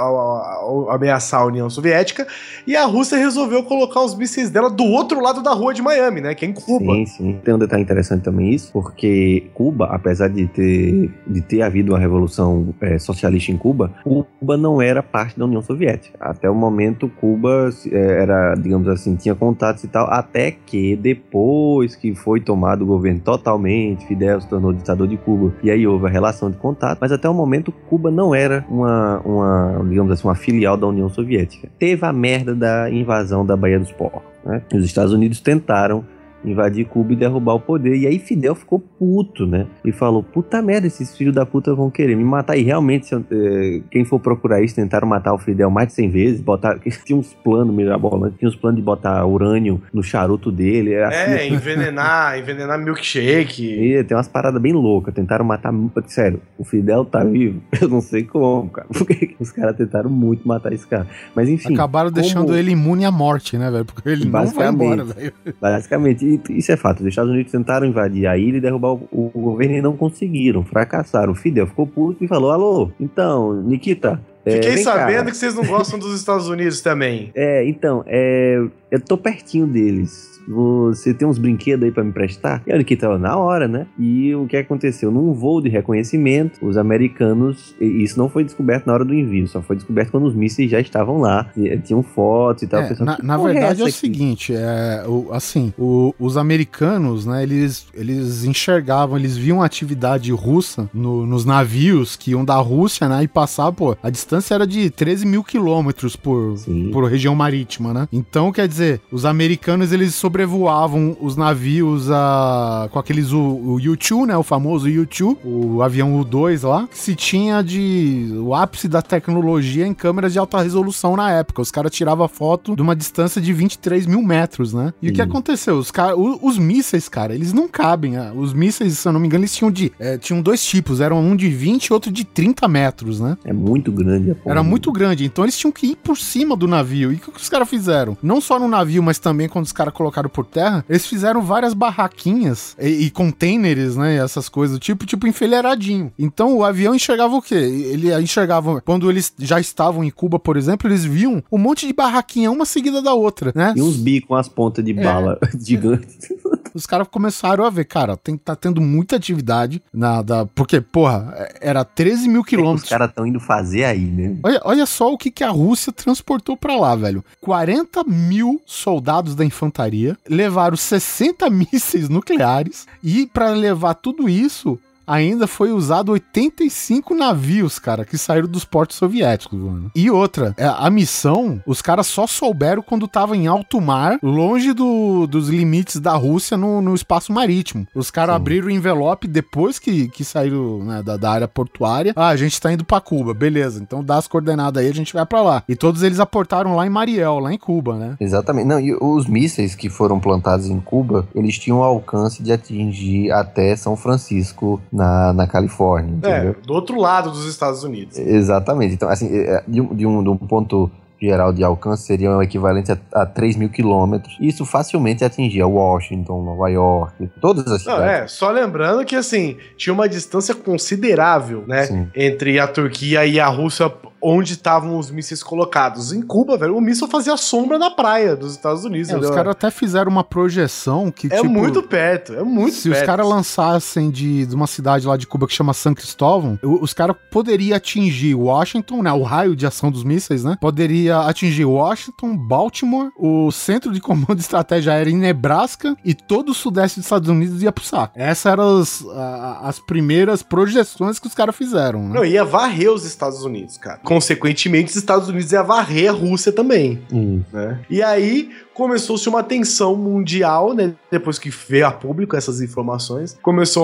a União Soviética, e a Rússia resolveu colocar os mísseis dela do outro lado da rua de Miami, né, que é em Cuba. Sim. Tem um detalhe interessante também isso, porque Cuba, apesar de ter havido uma revolução socialista em Cuba, Cuba não era parte da União Soviética. Até o momento, Cuba era, digamos assim, tinha contatos e tal, até que depois que foi tomado o governo totalmente, Fidel se tornou ditador de Cuba, e aí houve a relação de contato, mas até o momento, Cuba não era digamos assim, uma filial da União Soviética. Teve a merda da invasão da Baía dos Porcos, né? Os Estados Unidos tentaram invadir Cuba e derrubar o poder. E aí Fidel ficou puto, né? E falou, puta merda, esses filhos da puta vão querer me matar. E realmente, quem for procurar isso, tentaram matar o Fidel mais de 100 vezes. Tinha uns planos mirabolantes, tinha uns planos de botar urânio no charuto dele. Envenenar milkshake. Tem umas paradas bem loucas. Tentaram matar... Sério, o Fidel tá vivo. Eu não sei como, cara. Porque os caras tentaram muito matar esse cara. Mas enfim... Acabaram deixando ele imune à morte, né, velho? Porque ele não vai embora, velho. Basicamente, isso é fato. Os Estados Unidos tentaram invadir a ilha e derrubar o governo e não conseguiram, fracassaram. O Fidel ficou puto e falou, alô, então, Nikita... Fiquei sabendo que vocês não gostam dos Estados Unidos também. Eu tô pertinho deles. Você tem uns brinquedos aí pra me prestar? E a Nikita tava na hora, né? E o que aconteceu? Num voo de reconhecimento, os americanos... Isso não foi descoberto na hora do envio, só foi descoberto quando os mísseis já estavam lá. Tinham fotos e tal. Na verdade é o seguinte, os americanos, né, eles enxergavam, eles viam a atividade russa nos navios que iam da Rússia, né, e passavam, a distância era de 13 mil quilômetros por região marítima, né? Então, quer dizer, os americanos, eles sobrevoavam os navios com aqueles o U-2, né? O famoso U-2, o avião U-2 lá, que se tinha o ápice da tecnologia em câmeras de alta resolução na época. Os caras tiravam foto de uma distância de 23 mil metros, né? E o que aconteceu? Os mísseis, cara, eles não cabem. Os mísseis, se eu não me engano, eles tinham dois tipos. Eram um de 20 e outro de 30 metros, né? É muito grande. Era muito grande. Então eles tinham que ir por cima do navio. E o que os caras fizeram? Não só no navio, mas também quando os caras colocaram por terra, eles fizeram várias barraquinhas e containers, né? Essas coisas, tipo enfileiradinho. Então o avião enxergava o quê? Ele enxergava, quando eles já estavam em Cuba, por exemplo, eles viam um monte de barraquinha, uma seguida da outra, né? E uns bicos com as pontas de bala gigantes. Os caras começaram a ver, cara, tá tendo muita atividade porque, era 13 mil quilômetros. Os caras estão indo fazer aí, né? Olha só o que a Rússia transportou pra lá, velho. 40 mil soldados da infantaria levaram 60 mísseis nucleares e pra levar tudo isso, ainda foi usado 85 navios, cara, que saíram dos portos soviéticos, mano. E outra, a missão, os caras só souberam quando tava em alto mar, longe dos limites da Rússia no espaço marítimo. Os caras abriram o envelope depois que saíram, né, da área portuária. Ah, a gente tá indo pra Cuba, beleza. Então dá as coordenadas aí, a gente vai pra lá. E todos eles aportaram lá em Mariel, lá em Cuba, né? Exatamente. Não, e os mísseis que foram plantados em Cuba, eles tinham o alcance de atingir até São Francisco, na Califórnia, entendeu? Do outro lado dos Estados Unidos. Exatamente. Então, assim, de um ponto geral de alcance seria o equivalente a 3 mil quilômetros. Isso facilmente atingia Washington, Nova York, todas as cidades. Só lembrando que, assim, tinha uma distância considerável, né? Sim. Entre a Turquia e a Rússia, onde estavam os mísseis colocados. Em Cuba, velho, o míssil fazia sombra na praia dos Estados Unidos. Os caras até fizeram uma projeção que, tipo... muito perto, Se os caras lançassem de uma cidade lá de Cuba que chama San Cristóvão, os caras poderiam atingir Washington, né? O raio de ação dos mísseis, né? Poderia atingir Washington, Baltimore, o centro de comando de estratégia aérea em Nebraska e todo o sudeste dos Estados Unidos ia pro saco. Essas eram as primeiras projeções que os caras fizeram, né? Não, ia varrer os Estados Unidos, cara. Consequentemente, os Estados Unidos ia varrer a Rússia também. Né? E aí começou-se uma tensão mundial, né? Depois que veio a público essas informações. Começou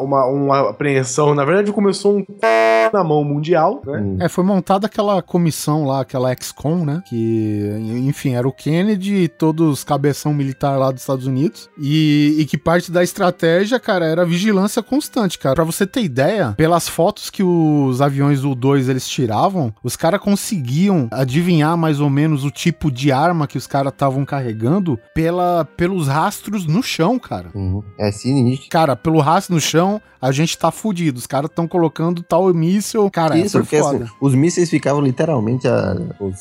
uma apreensão, na verdade começou um na mão mundial, né? Foi montada aquela comissão lá, aquela ex-com, né? Que, enfim, era o Kennedy e todos os cabeção militar lá dos Estados Unidos. E que parte da estratégia, cara, era vigilância constante, cara. Pra você ter ideia, pelas fotos que os aviões do U-2 eles tiravam, os caras conseguiam adivinhar mais ou menos o tipo de arma que os caras estavam carregando pelos rastros no chão, cara. É sinistro. Cara, pelo rastro no chão, a gente tá fudido. Os caras estão colocando tal míssil. Cara, isso porque foda. Assim, os mísseis ficavam literalmente a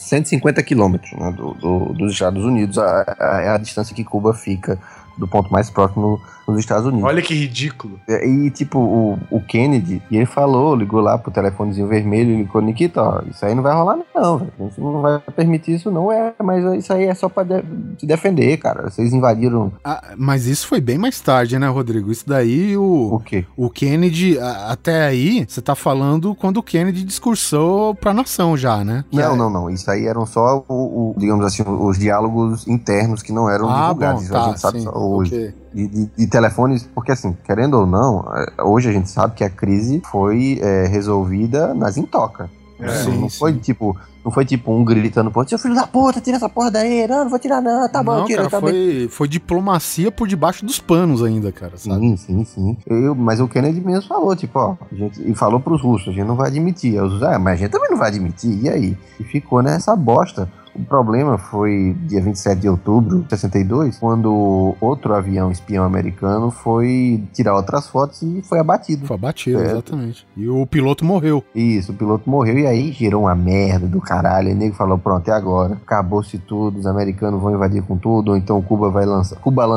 150 quilômetros, né, dos Estados Unidos. A distância que Cuba fica do ponto mais próximo nos Estados Unidos. Olha que ridículo. E tipo, o Kennedy, ele ligou lá pro telefonezinho vermelho e ligou, Nikita, ó, isso aí não vai rolar não, velho. A gente não vai permitir isso não, mas isso aí é só pra se defender, cara. Vocês invadiram... Mas isso foi bem mais tarde, né, Rodrigo? Isso daí, o quê? O Kennedy, até aí, você tá falando quando o Kennedy discursou pra nação já, né? Não. Isso aí eram só, digamos assim, os diálogos internos que não eram divulgados. Bom, tá, a gente sabe sim, só hoje. Okay. De telefones, porque assim, querendo ou não, hoje a gente sabe que a crise foi resolvida nas intocas. Não foi tipo um gritando, pô, seu filho da puta, tira essa porra daí, não vou tirar não, tá bom, tira, cara, tá bem. Foi diplomacia por debaixo dos panos ainda, cara, sabe? Sim. Mas o Kennedy mesmo falou, tipo, ó, e falou pros russos, a gente não vai admitir. Os russos, mas a gente também não vai admitir, e aí? E ficou nessa bosta. O problema foi dia 27 de outubro de 62, quando outro avião espião americano foi tirar outras fotos e foi abatido. Foi abatido, exatamente. E o piloto morreu. Isso, o piloto morreu e aí gerou uma merda do caralho. E o nego falou, pronto, é agora. Acabou-se tudo, os americanos vão invadir com tudo, ou então Cuba lançar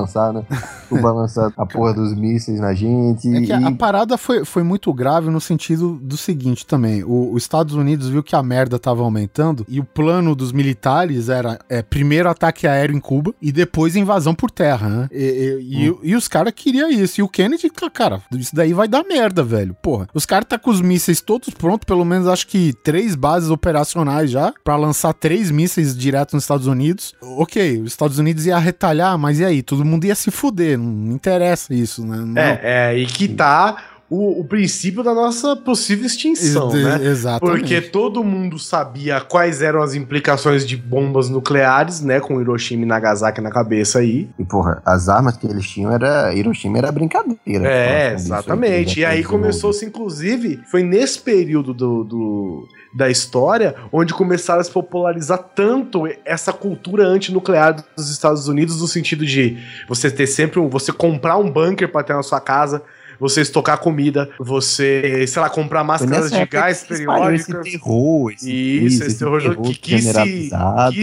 a porra dos mísseis na gente. É que a parada foi muito grave no sentido do seguinte também. Os Estados Unidos viu que a merda tava aumentando e o plano dos militares era primeiro ataque aéreo em Cuba e depois invasão por terra, né? E os caras queriam isso. E o Kennedy, cara, isso daí vai dar merda, velho. Porra, os caras tá com os mísseis todos prontos, pelo menos acho que 3 bases operacionais já, pra lançar 3 mísseis direto nos Estados Unidos. Ok, os Estados Unidos ia retalhar, mas e aí? Todo mundo ia se fuder, não interessa isso, né? Não. E que tá... O princípio da nossa possível extinção, né? Exatamente. Porque todo mundo sabia quais eram as implicações de bombas nucleares, né? Com Hiroshima e Nagasaki na cabeça aí. E, porra, as armas que eles tinham Hiroshima era brincadeira. Exatamente. E aí começou-se, inclusive, foi nesse período da história onde começaram a se popularizar tanto essa cultura antinuclear dos Estados Unidos, no sentido de você ter sempre você comprar um bunker pra ter na sua casa, você estocar comida, você, sei lá, comprar máscaras de gás periódicas. Esse terror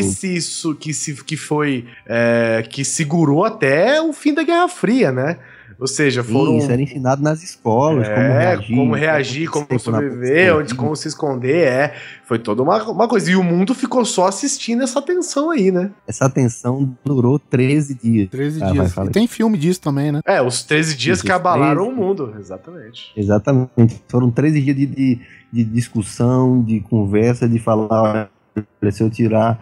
que segurou até o fim da Guerra Fria, né? Ou seja, Sim, foram... isso era ensinado nas escolas, como reagir, como sobreviver, como se esconder, foi toda uma coisa. E o mundo ficou só assistindo essa tensão aí, né? Essa tensão durou 13 dias. 13 dias. E tem filme disso também, né? Os 13 dias que abalaram o mundo, exatamente. Exatamente. Foram 13 dias de discussão, de conversa, de falar, se eu tirar...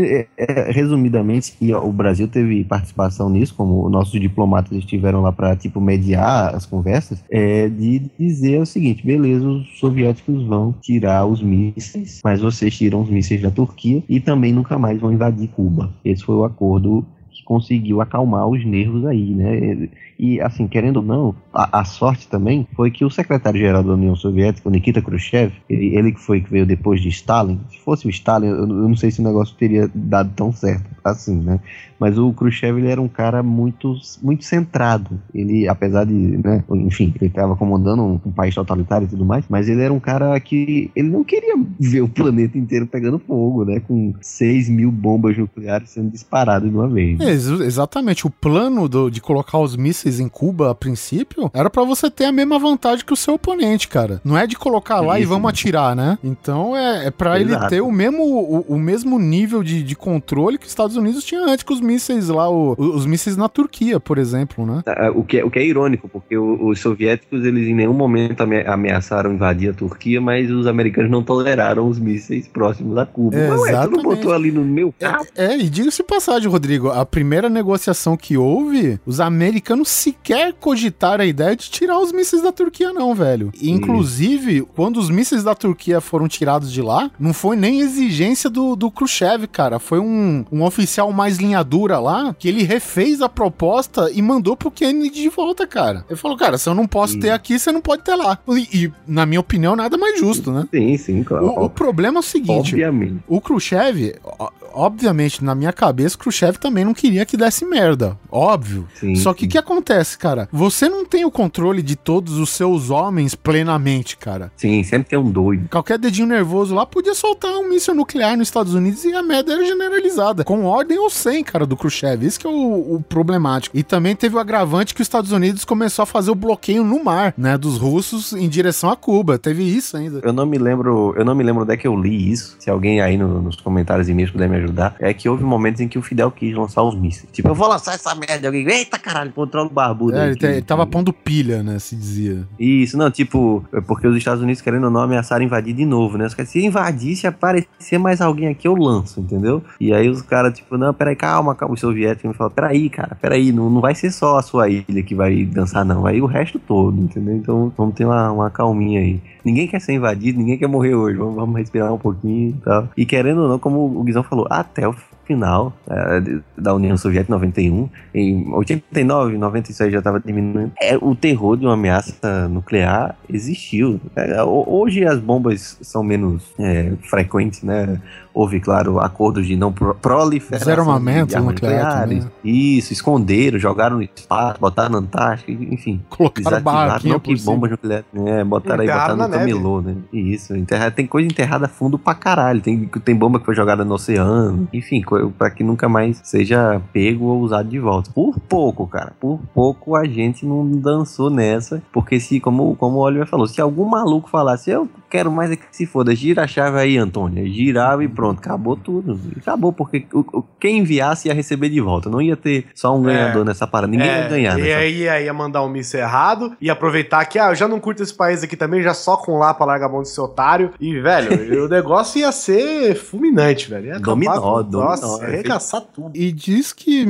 Resumidamente, o Brasil teve participação nisso, como nossos diplomatas estiveram lá para mediar as conversas, de dizer o seguinte: beleza, os soviéticos vão tirar os mísseis, mas vocês tiram os mísseis da Turquia e também nunca mais vão invadir Cuba. Esse foi o acordo que conseguiu acalmar os nervos aí, né? E, assim, querendo ou não, a sorte também foi que o secretário-geral da União Soviética, o Nikita Khrushchev, ele que veio depois de Stalin. Se fosse o Stalin, eu não sei se o negócio teria dado tão certo assim, né? Mas o Khrushchev, ele era um cara muito, muito centrado. Ele, apesar de, né, enfim, ele estava comandando um país totalitário e tudo mais, mas ele era um cara que ele não queria ver o planeta inteiro pegando fogo, né? Com 6 mil bombas nucleares sendo disparadas de uma vez. Exatamente. O plano de colocar os mísseis em Cuba, a princípio, era pra você ter a mesma vantagem que o seu oponente, cara. Não é de colocar lá e vamos atirar, né? Então é pra ele ter o mesmo nível de controle que os Estados Unidos tinha antes com os mísseis lá, os mísseis na Turquia, por exemplo, né? O que é irônico, porque os soviéticos, eles em nenhum momento ameaçaram invadir a Turquia, mas os americanos não toleraram os mísseis próximos a Cuba. Tu não botou ali no meu carro? E diga-se passagem, Rodrigo, a primeira negociação que houve, os americanos sequer cogitaram a ideia de tirar os mísseis da Turquia, não, velho. E, inclusive, quando os mísseis da Turquia foram tirados de lá, não foi nem exigência do Khrushchev, cara. Foi um oficial mais linha dura lá, que ele refez a proposta e mandou pro Kennedy de volta, cara. Ele falou, cara, se eu não posso ter aqui, você não pode ter lá. E, na minha opinião, nada mais justo, né? Sim, claro. O problema é o seguinte, obviamente. O Khrushchev, obviamente, na minha cabeça, o Khrushchev também não queria que desse merda. Óbvio. Só que o que acontece, cara? Você não tem o controle de todos os seus homens plenamente, cara. Sim, sempre tem um doido. Qualquer dedinho nervoso lá podia soltar um míssil nuclear nos Estados Unidos e a merda era generalizada. Com ordem ou sem, cara, do Khrushchev. Isso que é o problemático. E também teve o agravante que os Estados Unidos começou a fazer o bloqueio no mar, né? Dos russos em direção a Cuba. Teve isso ainda. Eu não me lembro onde é que eu li isso. Se alguém aí nos comentários e e-mails puder me ajudar. É que houve momentos em que o Fidel quis lançar os mísseis. Tipo, eu vou lançar essa merda. Alguém, eita caralho, controla o barbudo. Ele tava pondo pilha, né? Se dizia. Isso, não, tipo, porque os Estados Unidos, querendo ou não, ameaçaram invadir de novo, né? Se invadir, se aparecer mais alguém aqui, eu lanço, entendeu? E aí os caras, tipo, não, peraí, calma. Os soviéticos me falam, peraí, não vai ser só a sua ilha que vai dançar, não. Vai o resto todo, entendeu? Então vamos ter uma calminha aí. Ninguém quer ser invadido, ninguém quer morrer hoje. Vamos respirar um pouquinho e tal. E querendo ou não, como o Guizão falou, até o final da União Soviética, 91, em 89, 96 já estava diminuindo. O terror de uma ameaça nuclear existiu. Hoje as bombas são menos frequentes, né? Houve, claro, acordos de não proliferação de armamentos nucleares. Né? Isso, esconderam, jogaram no espaço, botaram na Antártica, enfim. Colocaram barraquinha por bombas nucleares. Botaram no camelô, né? Isso, tem coisa enterrada fundo pra caralho. Tem bomba que foi jogada no oceano. Enfim, pra que nunca mais seja pego ou usado de volta. Por pouco, cara. Por pouco a gente não dançou nessa. Porque como o Oliver falou, se algum maluco falasse, eu quero mais é que se foda, gira a chave aí, Antônio. Girava e pronto, acabou tudo. Acabou, porque quem enviasse ia receber de volta. Não ia ter só um ganhador nessa parada. Ninguém ia ganhar. E aí ia mandar um míssil errado e aproveitar que, eu já não curto esse país aqui também, já só com lá pra largar a mão desse otário. E, velho, o negócio ia ser fulminante, velho. Ia dominó. Nossa, ia arregaçar tudo. E diz que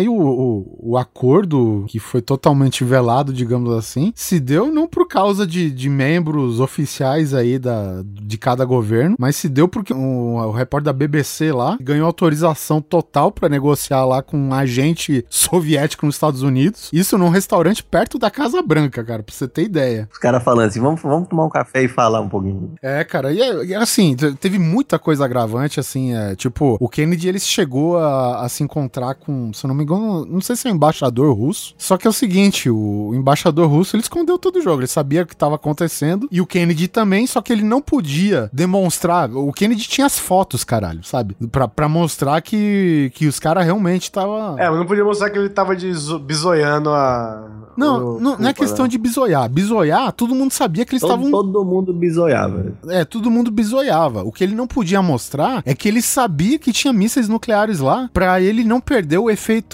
o acordo, que foi totalmente velado, digamos assim, se deu não por causa de membros oficiais aí de cada governo, mas se deu porque o repórter da BBC lá ganhou autorização total pra negociar lá com um agente soviético nos Estados Unidos. Isso num restaurante perto da Casa Branca, cara, pra você ter ideia. Os caras falando assim, vamos tomar um café e falar um pouquinho. Cara, e assim, teve muita coisa agravante, assim, tipo, o Kennedy, ele chegou a se encontrar com, se eu não me engano, não sei se é o embaixador russo, só que é o seguinte, o embaixador russo, ele escondeu todo o jogo, ele sabia o que estava acontecendo, e o Kennedy também, só que ele não podia demonstrar, o Kennedy tinha as fotos, caralho, sabe? Pra mostrar que os caras realmente estavam... mas não podia mostrar que ele tava bisoiando Não é questão de bisoiar. Bisoiar, todo mundo sabia que eles estavam... Todo mundo bisoiava. Todo mundo bisoiava. O que ele não podia mostrar é que ele sabia que tinha mísseis nucleares lá, pra ele não perder o efeito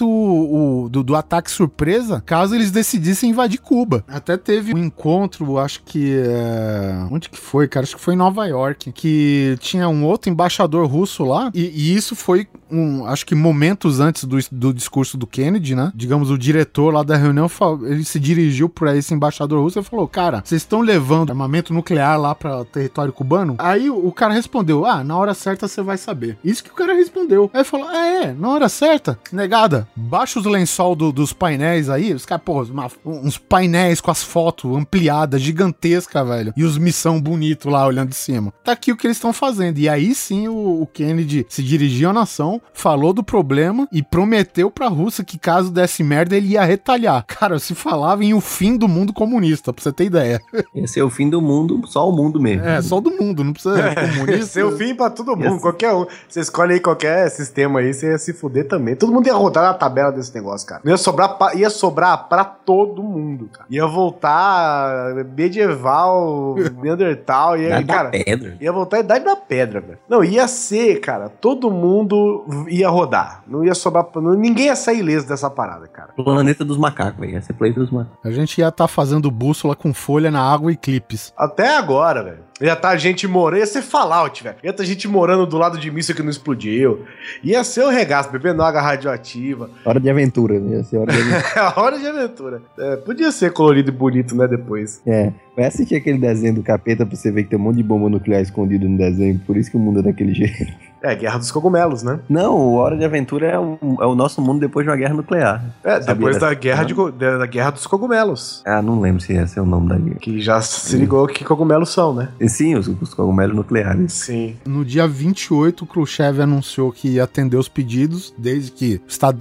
do ataque surpresa, caso eles decidissem invadir Cuba. Até teve um encontro, acho que... Onde que foi, cara? Acho que foi em Nova York, que tinha um outro embaixador russo lá, e isso foi, acho que momentos antes do discurso do Kennedy, né? Digamos, o diretor lá da reunião, ele se dirigiu pra esse embaixador russo e falou, cara, vocês estão levando armamento nuclear lá pra território cubano? Aí o cara respondeu, na hora certa você vai saber. Isso que o cara respondeu. Aí falou, na hora certa? Negada, baixa os lençol dos painéis aí, os caras, pô, uns painéis com as fotos ampliadas, gigantescas, velho, e os missão bonito lá, olhando de cima. Tá aqui o que eles estão fazendo. E aí sim o Kennedy se dirigiu à nação, falou do problema e prometeu pra Rússia que caso desse merda ele ia retalhar. Cara, se falava em o fim do mundo comunista, pra você ter ideia. Ia ser o fim do mundo, só o mundo mesmo. Só do mundo, não precisa ser comunista. Ia ser o fim pra todo mundo, qualquer um. Você escolhe aí qualquer sistema aí, você ia se fuder também. Todo mundo ia rodar na tabela desse negócio, cara. Ia sobrar pra todo mundo, cara. Ia voltar medieval, Neandertal, ia voltar a Idade da Pedra, velho. Não, ia ser, cara, todo mundo ia rodar. Não ia sobrar, ninguém ia sair ileso dessa parada, cara. Planeta dos macacos, velho. Ia ser Planeta dos macacos. A gente ia estar fazendo bússola com folha na água e clipes. Até agora, velho. Ia estar gente morando, ia ser Fallout, velho. Ia estar gente morando do lado de míssil que não explodiu. Ia ser o regaço, bebendo água radioativa. Hora de aventura, né? Ia ser hora de aventura. Hora de aventura. Podia ser colorido e bonito, né, depois. Vai assistir aquele desenho do capeta pra você ver que tem um monte de bomba nuclear escondido no desenho. Por isso que o mundo é daquele jeito. Guerra dos cogumelos, né? Não, o Hora de Aventura é o nosso mundo depois de uma guerra nuclear. Depois da guerra dos cogumelos. Não lembro se esse é o nome da guerra. Que já se ligou que cogumelos são, né? Sim, os cogumelos nucleares. Sim. No dia 28, o Khrushchev anunciou que ia atender os pedidos, desde que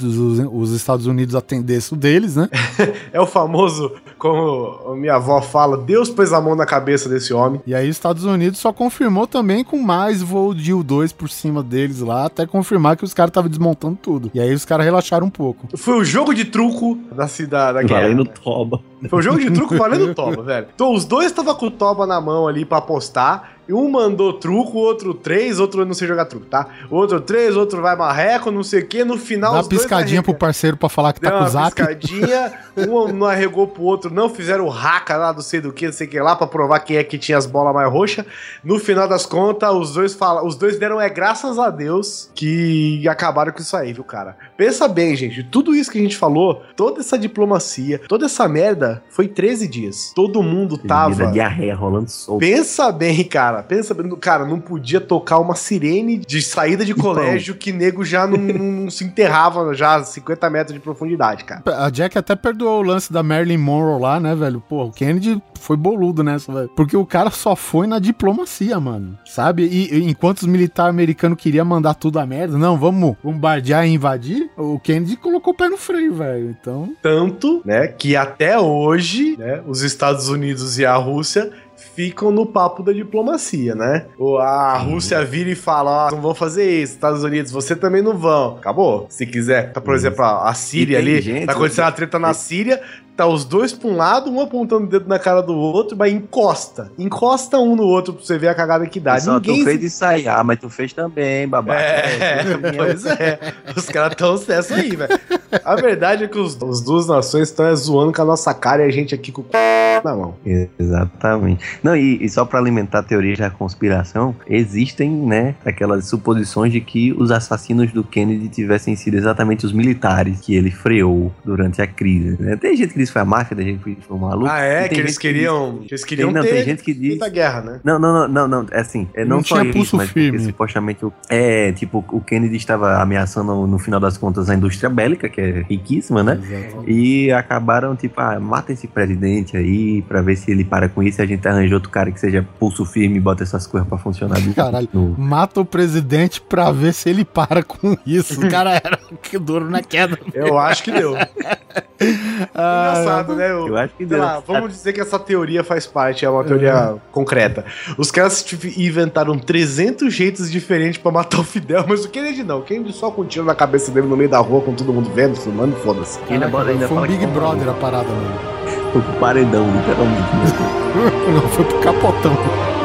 os Estados Unidos atendessem o deles, né? É o famoso, como a minha avó fala, Deus pôs a mão na cabeça desse homem. E aí os Estados Unidos só confirmou também com mais voo de U-2 por cima deles lá, até confirmar que os caras estavam desmontando tudo. E aí os caras relaxaram um pouco. Foi o jogo de truco da guerra. Valendo toba. Foi o jogo de truco valendo toba, velho. Então os dois estavam com o toba na mão ali pra apostar. E um mandou truco, o outro 3, outro não sei jogar truco, tá? O outro 3, outro vai marreco, não sei o que. No final, dá uma piscadinha pro parceiro pra falar que tá com o zap. Piscadinha, um não arregou pro outro, não fizeram o raca lá do sei do que, não sei o que lá, pra provar quem é que tinha as bolas mais roxas. No final das contas, os dois deram graças a Deus que acabaram com isso aí, viu, cara? Pensa bem, gente, tudo isso que a gente falou, toda essa diplomacia, toda essa merda, foi 13 dias. Todo mundo tava... diarreia rolando solto. Pensa bem, cara. Não podia tocar uma sirene de saída de colégio que nego já não se enterrava já a 50 metros de profundidade, cara. A Jack até perdoou o lance da Marilyn Monroe lá, né, velho? Pô, o Kennedy foi boludo nessa, velho. Porque o cara só foi na diplomacia, mano. Sabe? E enquanto os militares americanos queriam mandar tudo a merda, não, vamos bombardear e invadir, o Kennedy colocou o pé no freio, velho. Então... Tanto, né, que até hoje, né, os Estados Unidos e a Rússia ficam no papo da diplomacia, né? A Rússia vira e fala, não vão fazer isso, Estados Unidos, você também não vão. Acabou. Se quiser, tá, por exemplo, a Síria ali, tá acontecendo uma treta na Síria, tá os dois pra um lado, um apontando o dedo na cara do outro, mas encosta um no outro pra você ver a cagada que dá. Só tu fez isso aí, mas tu fez também, babaca. Pois é. Os caras tão sucesso aí, velho. A verdade é que as duas nações estão zoando com a nossa cara e a gente aqui com o na mão. Exatamente. Não, e só pra alimentar a teoria da conspiração, existem, né, aquelas suposições de que os assassinos do Kennedy tivessem sido exatamente os militares que ele freou durante a crise, né? Tem gente que diz que foi a máfia, tem gente que diz que foi um maluco. Que eles queriam tem gente que diz da guerra, né? Não, é assim, não só isso, mas porque supostamente o Kennedy estava ameaçando no final das contas a indústria bélica, que é riquíssima, né? Exatamente. E acabaram mata esse presidente aí pra ver se ele para com isso e a gente arranja outro cara que seja pulso firme e bota essas coisas pra funcionar. Caralho, mata o presidente pra ver se ele para com isso. O cara era que duro na queda. Eu acho que deu. Engraçado, né? Eu acho que deu. Lá, vamos dizer que essa teoria faz parte, é uma teoria concreta. Os caras inventaram 300 jeitos diferentes pra matar o Fidel, mas o Kennedy não. O Kennedy só com um tiro na cabeça dele no meio da rua, com todo mundo vendo, filmando, foda-se. Foi um Big Brother a parada, mano. Foi pro paredão, literalmente. Né? Não, foi pro capotão.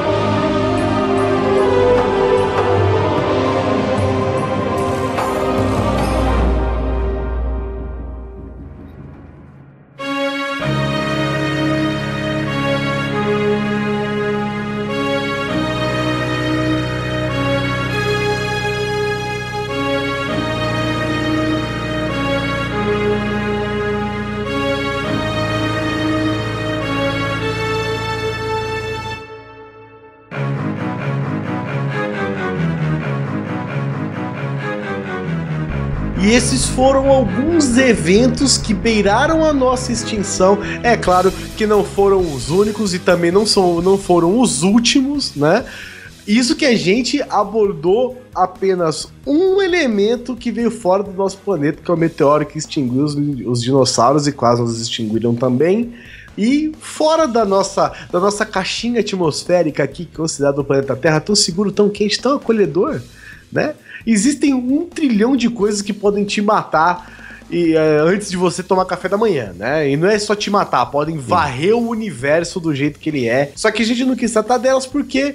E esses foram alguns eventos que beiraram a nossa extinção. É claro que não foram os únicos e também não foram os últimos, né? Isso que a gente abordou apenas um elemento que veio fora do nosso planeta, que é o meteoro que extinguiu os dinossauros e quase nos extinguiram também. E fora da nossa caixinha atmosférica aqui, considerada o planeta Terra, tão seguro, tão quente, tão acolhedor, né? Existem 1 trilhão de coisas que podem te matar antes de você tomar café da manhã, né? E não é só te matar, podem varrer o universo do jeito que ele é. Só que a gente não quis tratar delas porque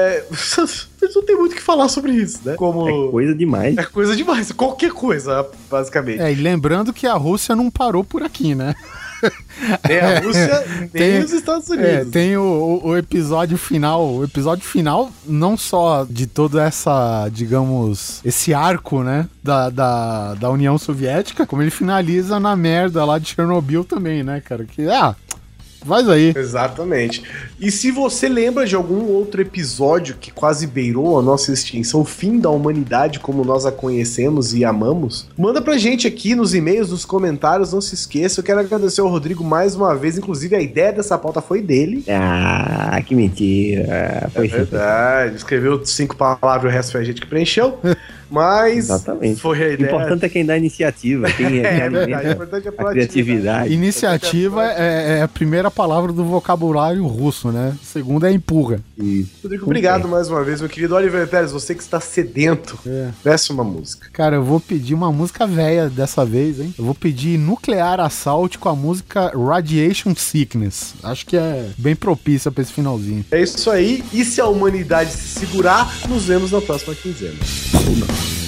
não tem muito o que falar sobre isso, né? Como... É coisa demais. É coisa demais, qualquer coisa, basicamente. E lembrando que a Rússia não parou por aqui, né? Nem a Rússia, nem os Estados Unidos. Tem o episódio final. O episódio final, não só de toda essa, digamos, esse arco, né? Da União Soviética, como ele finaliza na merda lá de Chernobyl também, né, cara? Que, faz aí. Exatamente. E se você lembra de algum outro episódio que quase beirou a nossa extinção, o fim da humanidade como nós a conhecemos e amamos, manda pra gente aqui nos e-mails, nos comentários, não se esqueça. Eu quero agradecer ao Rodrigo mais uma vez, inclusive a ideia dessa pauta foi dele. Ah, que mentira. Foi verdade, escreveu 5 palavras e o resto foi a gente que preencheu. Mas exatamente. Foi a ideia. O importante é quem dá a iniciativa, quem é verdade, o importante é a criatividade. Iniciativa é a primeira palavra do vocabulário russo, né? A segunda é empurra. Rodrigo, obrigado mais uma vez, meu querido Oliver Pérez, você que está sedento. Peça uma música. Cara, eu vou pedir uma música velha dessa vez, hein? Eu vou pedir Nuclear Assault com a música Radiation Sickness. Acho que é bem propícia pra esse finalzinho. É isso aí, e se a humanidade se segurar, nos vemos na próxima quinzena. Ou não.